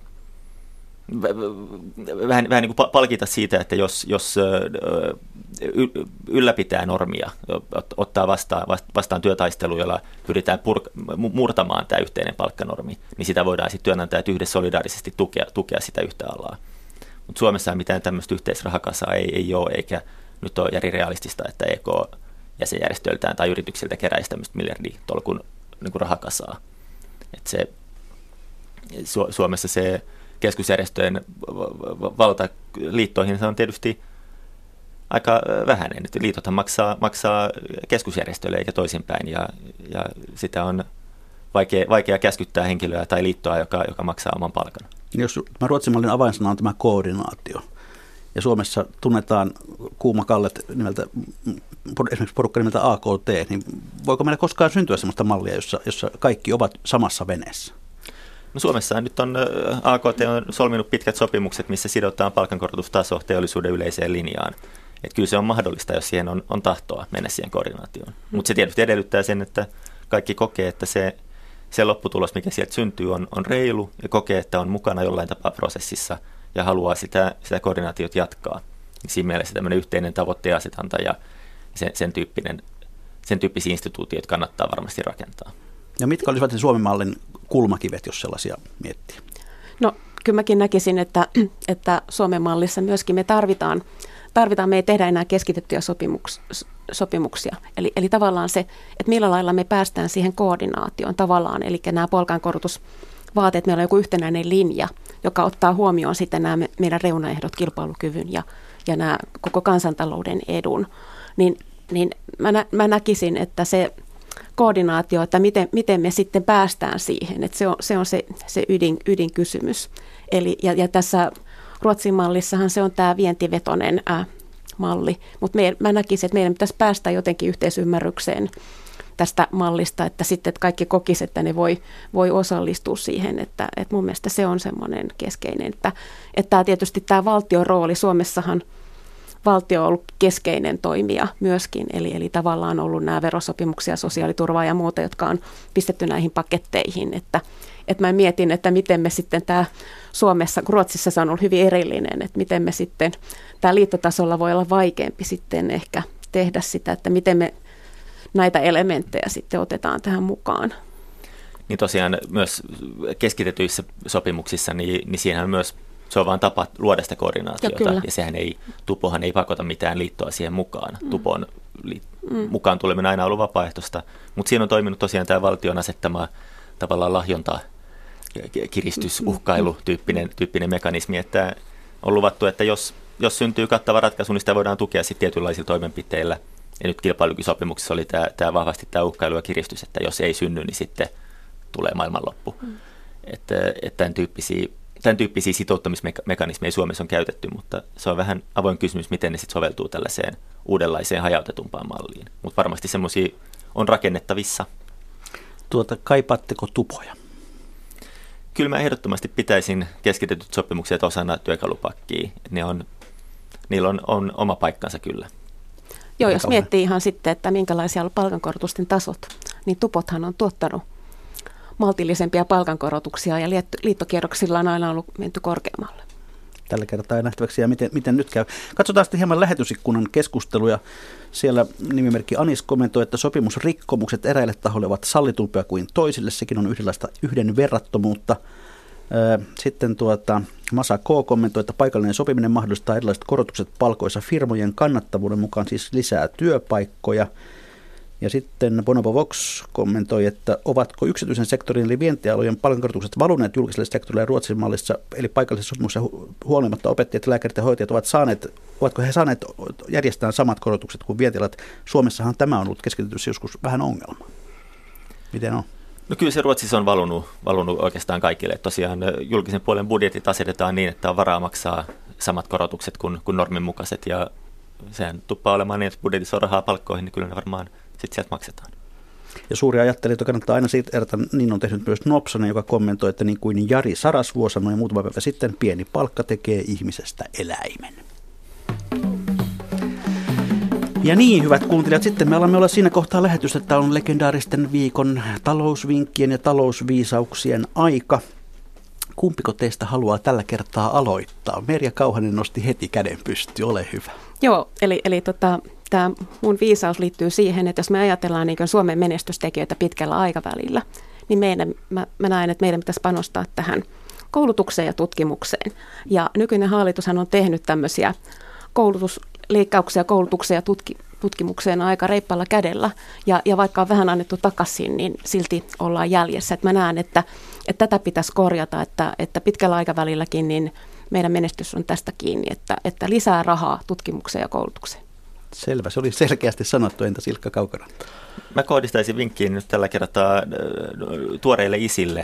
Speaker 5: vähän niin kuin palkita siitä, että jos ylläpitää normia, ottaa vastaan työtaisteluja, jolla pyritään murtamaan tämä yhteinen palkkanormi, niin sitä voidaan sitten työnantajat yhdessä solidaarisesti tukea sitä yhtä alaa. Mutta Suomessa mitään tämmöistä yhteisrahakasaa ei ole, eikä nyt ole järin realistista, että EK jäsenjärjestöiltään tai yrityksiltä keräisi tämmöistä miljarditolkun niin kuin rahakasaa. Suomessa se keskusjärjestöjen valta liittoihin on tietysti aika vähäinen. Liitothan maksaa keskusjärjestöille eikä toisinpäin, ja sitä on vaikea käskyttää henkilöä tai liittoa, joka maksaa oman palkan.
Speaker 3: Jos tämä Ruotsin mallin avainsana on tämä koordinaatio, ja Suomessa tunnetaan kuuma kallet nimeltä, esimerkiksi porukka nimeltä AKT, niin voiko meillä koskaan syntyä sellaista mallia, jossa kaikki ovat samassa veneessä?
Speaker 5: No Suomessa nyt AKT on solminut pitkät sopimukset, missä sidotaan palkankorotustaso teollisuuden yleiseen linjaan. Että kyllä se on mahdollista, jos siihen on tahtoa mennä siihen koordinaatioon. Mutta se tietysti edellyttää sen, että kaikki kokee, että se lopputulos, mikä sieltä syntyy, on reilu ja kokee, että on mukana jollain tapaa prosessissa ja haluaa sitä koordinaatiota jatkaa. Siinä mielessä tämmöinen yhteinen tavoitteen asetanta ja sen tyyppisiä instituutioita kannattaa varmasti rakentaa. Ja
Speaker 3: mitkä olisivat Suomen mallin kulmakivet, jos sellaisia miettii?
Speaker 4: No kyllä mäkin näkisin, että Suomen mallissa myöskin me tarvitaan, me ei tehdä enää keskitettyjä sopimuksia. Eli tavallaan se, että millä lailla me päästään siihen koordinaatioon tavallaan, eli nämä palkankorotusvaateet, meillä on joku yhtenäinen linja, joka ottaa huomioon sitten nämä meidän reunaehdot, kilpailukyvyn ja nämä koko kansantalouden edun, niin mä näkisin, että se koordinaatio, että miten me sitten päästään siihen, että se on se ydinkysymys. Eli, ja tässä Ruotsin mallissahan se on tämä vientivetoinen malli, mutta mä näkisin, että meidän pitäisi päästä jotenkin yhteisymmärrykseen tästä mallista, että sitten että kaikki kokisivat, että ne voi osallistua siihen, että mun mielestä se on semmoinen keskeinen, että tietysti tämä valtion rooli, Suomessahan valtio on ollut keskeinen toimija myöskin, eli tavallaan on ollut nämä verosopimuksia, sosiaaliturvaa ja muuta, jotka on pistetty näihin paketteihin, että mä mietin, että miten me sitten tämä Suomessa, kun Ruotsissa se on ollut hyvin erillinen, että miten me sitten, tämä liittotasolla voi olla vaikeampi sitten ehkä tehdä sitä, että miten me näitä elementtejä sitten otetaan tähän mukaan.
Speaker 5: Niin tosiaan myös keskitetyissä sopimuksissa, niin siinähän myös se on vain tapa luoda sitä koordinaatiota, ja sehän Tupohan ei pakota mitään liittoa siihen mukaan. Tupon mukaan tuleminen aina ollut vapaaehtoista, mutta siinä on toiminut tosiaan tämä valtion asettama tavallaan lahjonta, kiristys, uhkailu tyyppinen mekanismi, että on luvattu, että jos syntyy kattava ratkaisu, niin sitä voidaan tukea sitten tietynlaisilla toimenpiteillä. Ja nyt kilpailukykysopimuksessa oli tämä vahvasti tämä uhkailu ja kiristys, että jos ei synny, niin sitten tulee maailmanloppu. Että tämän tyyppisiä sitouttamismekanismeja Suomessa on käytetty, mutta se on vähän avoin kysymys, miten ne sitten soveltuu tällaiseen uudenlaiseen hajautetumpaan malliin. Mutta varmasti semmoisia on rakennettavissa.
Speaker 3: Kaipaatteko tupoja?
Speaker 5: Kyllä mä ehdottomasti pitäisin keskitetyt sopimukset osana työkalupakkia. Niillä on oma paikkansa kyllä.
Speaker 4: Joo, jos miettii ihan sitten, että minkälaisia on palkankorotusten tasot, niin tupothan on tuottanut maltillisempia palkankorotuksia ja liittokierroksilla on aina ollut menty korkeammalle.
Speaker 3: Tällä kertaa ei nähtäväksi ja miten nyt käy. Katsotaan sitten hieman lähetysikkunan keskusteluja. Siellä nimimerkki Anis kommentoi, että sopimusrikkomukset eräille tahoille ovat sallitumpia kuin toisille. Sekin on yhdenverrattomuutta. Sitten Masa K. kommentoi, että paikallinen sopiminen mahdollistaa erilaiset korotukset palkoissa firmojen kannattavuuden mukaan, siis lisää työpaikkoja. Ja sitten Bonobo Vox kommentoi, että ovatko yksityisen sektorin eli vientialojen palkankorotukset valuneet julkiselle sektorille Ruotsin mallissa, eli paikallisessa sopimuksessa huolimatta opettajat, lääkärit ja hoitajat ovatko he saaneet järjestää samat korotukset kuin vientialat? Suomessahan tämä on ollut keskitetyssä joskus vähän ongelma. Miten on?
Speaker 5: No kyllä se Ruotsissa on valunut oikeastaan kaikille. Tosiaan julkisen puolen budjetit asetetaan niin, että on varaa maksaa samat korotukset kuin normin mukaiset, ja sehän tuppaa olemaan niin, että budjetissa on rahaa palkkoihin, niin kyllä ne varmaan sitten sieltä maksetaan.
Speaker 3: Ja suuri ajattelijoita kannattaa aina siitä erätä, niin on tehnyt myös Nopsonen, joka kommentoi, että niin kuin Jari Sarasvuo sanoi muutama päivä sitten, pieni palkka tekee ihmisestä eläimen. Ja niin, hyvät kuuntelijat, sitten me alamme olla siinä kohtaa lähetys, että on legendaaristen viikon talousvinkkien ja talousviisauksien aika. Kumpiko teistä haluaa tällä kertaa aloittaa? Merja Kauhanen nosti heti käden pystyyn, ole hyvä.
Speaker 4: Joo, eli tämä mun viisaus liittyy siihen, että jos me ajatellaan niin Suomen menestystekijöitä pitkällä aikavälillä, niin mä näen, että meidän pitäisi panostaa tähän koulutukseen ja tutkimukseen. Ja nykyinen hallitushan on tehnyt tämmöisiä koulutusleikkauksia koulutukseen ja tutkimukseen aika reippaalla kädellä. Ja vaikka on vähän annettu takaisin, niin silti ollaan jäljessä. Et mä näen, että tätä pitäisi korjata, että pitkällä aikavälilläkin niin meidän menestys on tästä kiinni, että lisää rahaa tutkimukseen ja koulutukseen.
Speaker 3: Selvä, se oli selkeästi sanottu. Entäs Ilkka Kaukoranta?
Speaker 5: Mä kohdistaisin vinkkiin nyt tällä kertaa tuoreille isille.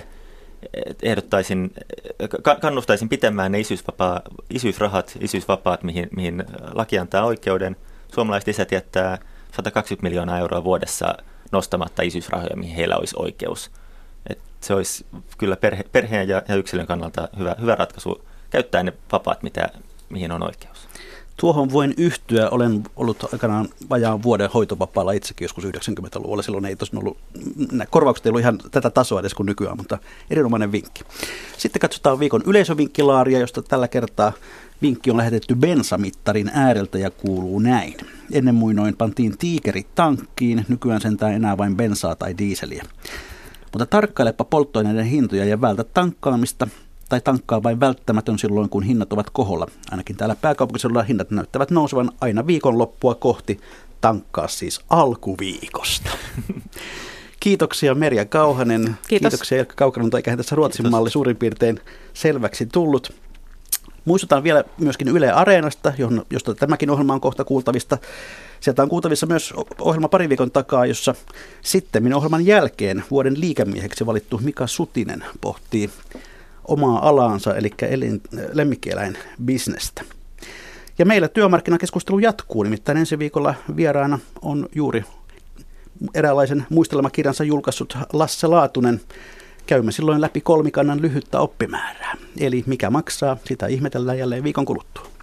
Speaker 5: Kannustaisin pitämään ne isyysrahat, isyysvapaat, mihin laki antaa oikeuden. Suomalaiset isät jättää 120 miljoonaa euroa vuodessa nostamatta isyysrahoja, mihin heillä olisi oikeus. Et se olisi kyllä perheen ja yksilön kannalta hyvä ratkaisu käyttää ne vapaat, mihin on oikeus.
Speaker 3: Tuohon voin yhtyä. Olen ollut aikanaan vajaan vuoden hoitovapaalla itsekin joskus 90-luvulla. Silloin ei tosiaan ollut, korvaukset ei ollut ihan tätä tasoa edes kuin nykyään, mutta erinomainen vinkki. Sitten katsotaan viikon yleisövinkkilaaria, josta tällä kertaa vinkki on lähetetty bensamittarin ääreltä ja kuuluu näin. Ennen muinoin pantiin tiikeri tankkiin, nykyään sentään enää vain bensaa tai diiseliä. Mutta tarkkailepa polttoaineiden hintoja ja vältä tankkaamista. Tai tankkaa vain välttämätön silloin, kun hinnat ovat koholla. Ainakin täällä pääkaupunkiseudulla hinnat näyttävät nousevan aina viikonloppua kohti. Tankkaa siis alkuviikosta. Kiitoksia Merja Kauhanen.
Speaker 4: Kiitos.
Speaker 3: Kiitoksia Ilkka Kaukoranta, eiköhän tässä Ruotsin malli suurin piirtein selväksi tullut. Muistutan vielä myöskin Yle Areenasta, josta tämäkin ohjelma on kohta kuultavista. Sieltä on kuultavissa myös ohjelma pari viikon takaa, jossa sittemmin ohjelman jälkeen vuoden liikemieheksi valittu Mika Sutinen pohtii omaa alaansa, eli lemmikkieläinbisnestä. Ja meillä työmarkkinakeskustelu jatkuu, nimittäin ensi viikolla vieraana on juuri eräänlaisen muistelmakirjansa julkaissut Lasse Laatunen. Käymme silloin läpi kolmikannan lyhyttä oppimäärää. Eli mikä maksaa, sitä ihmetellään jälleen viikon kuluttua.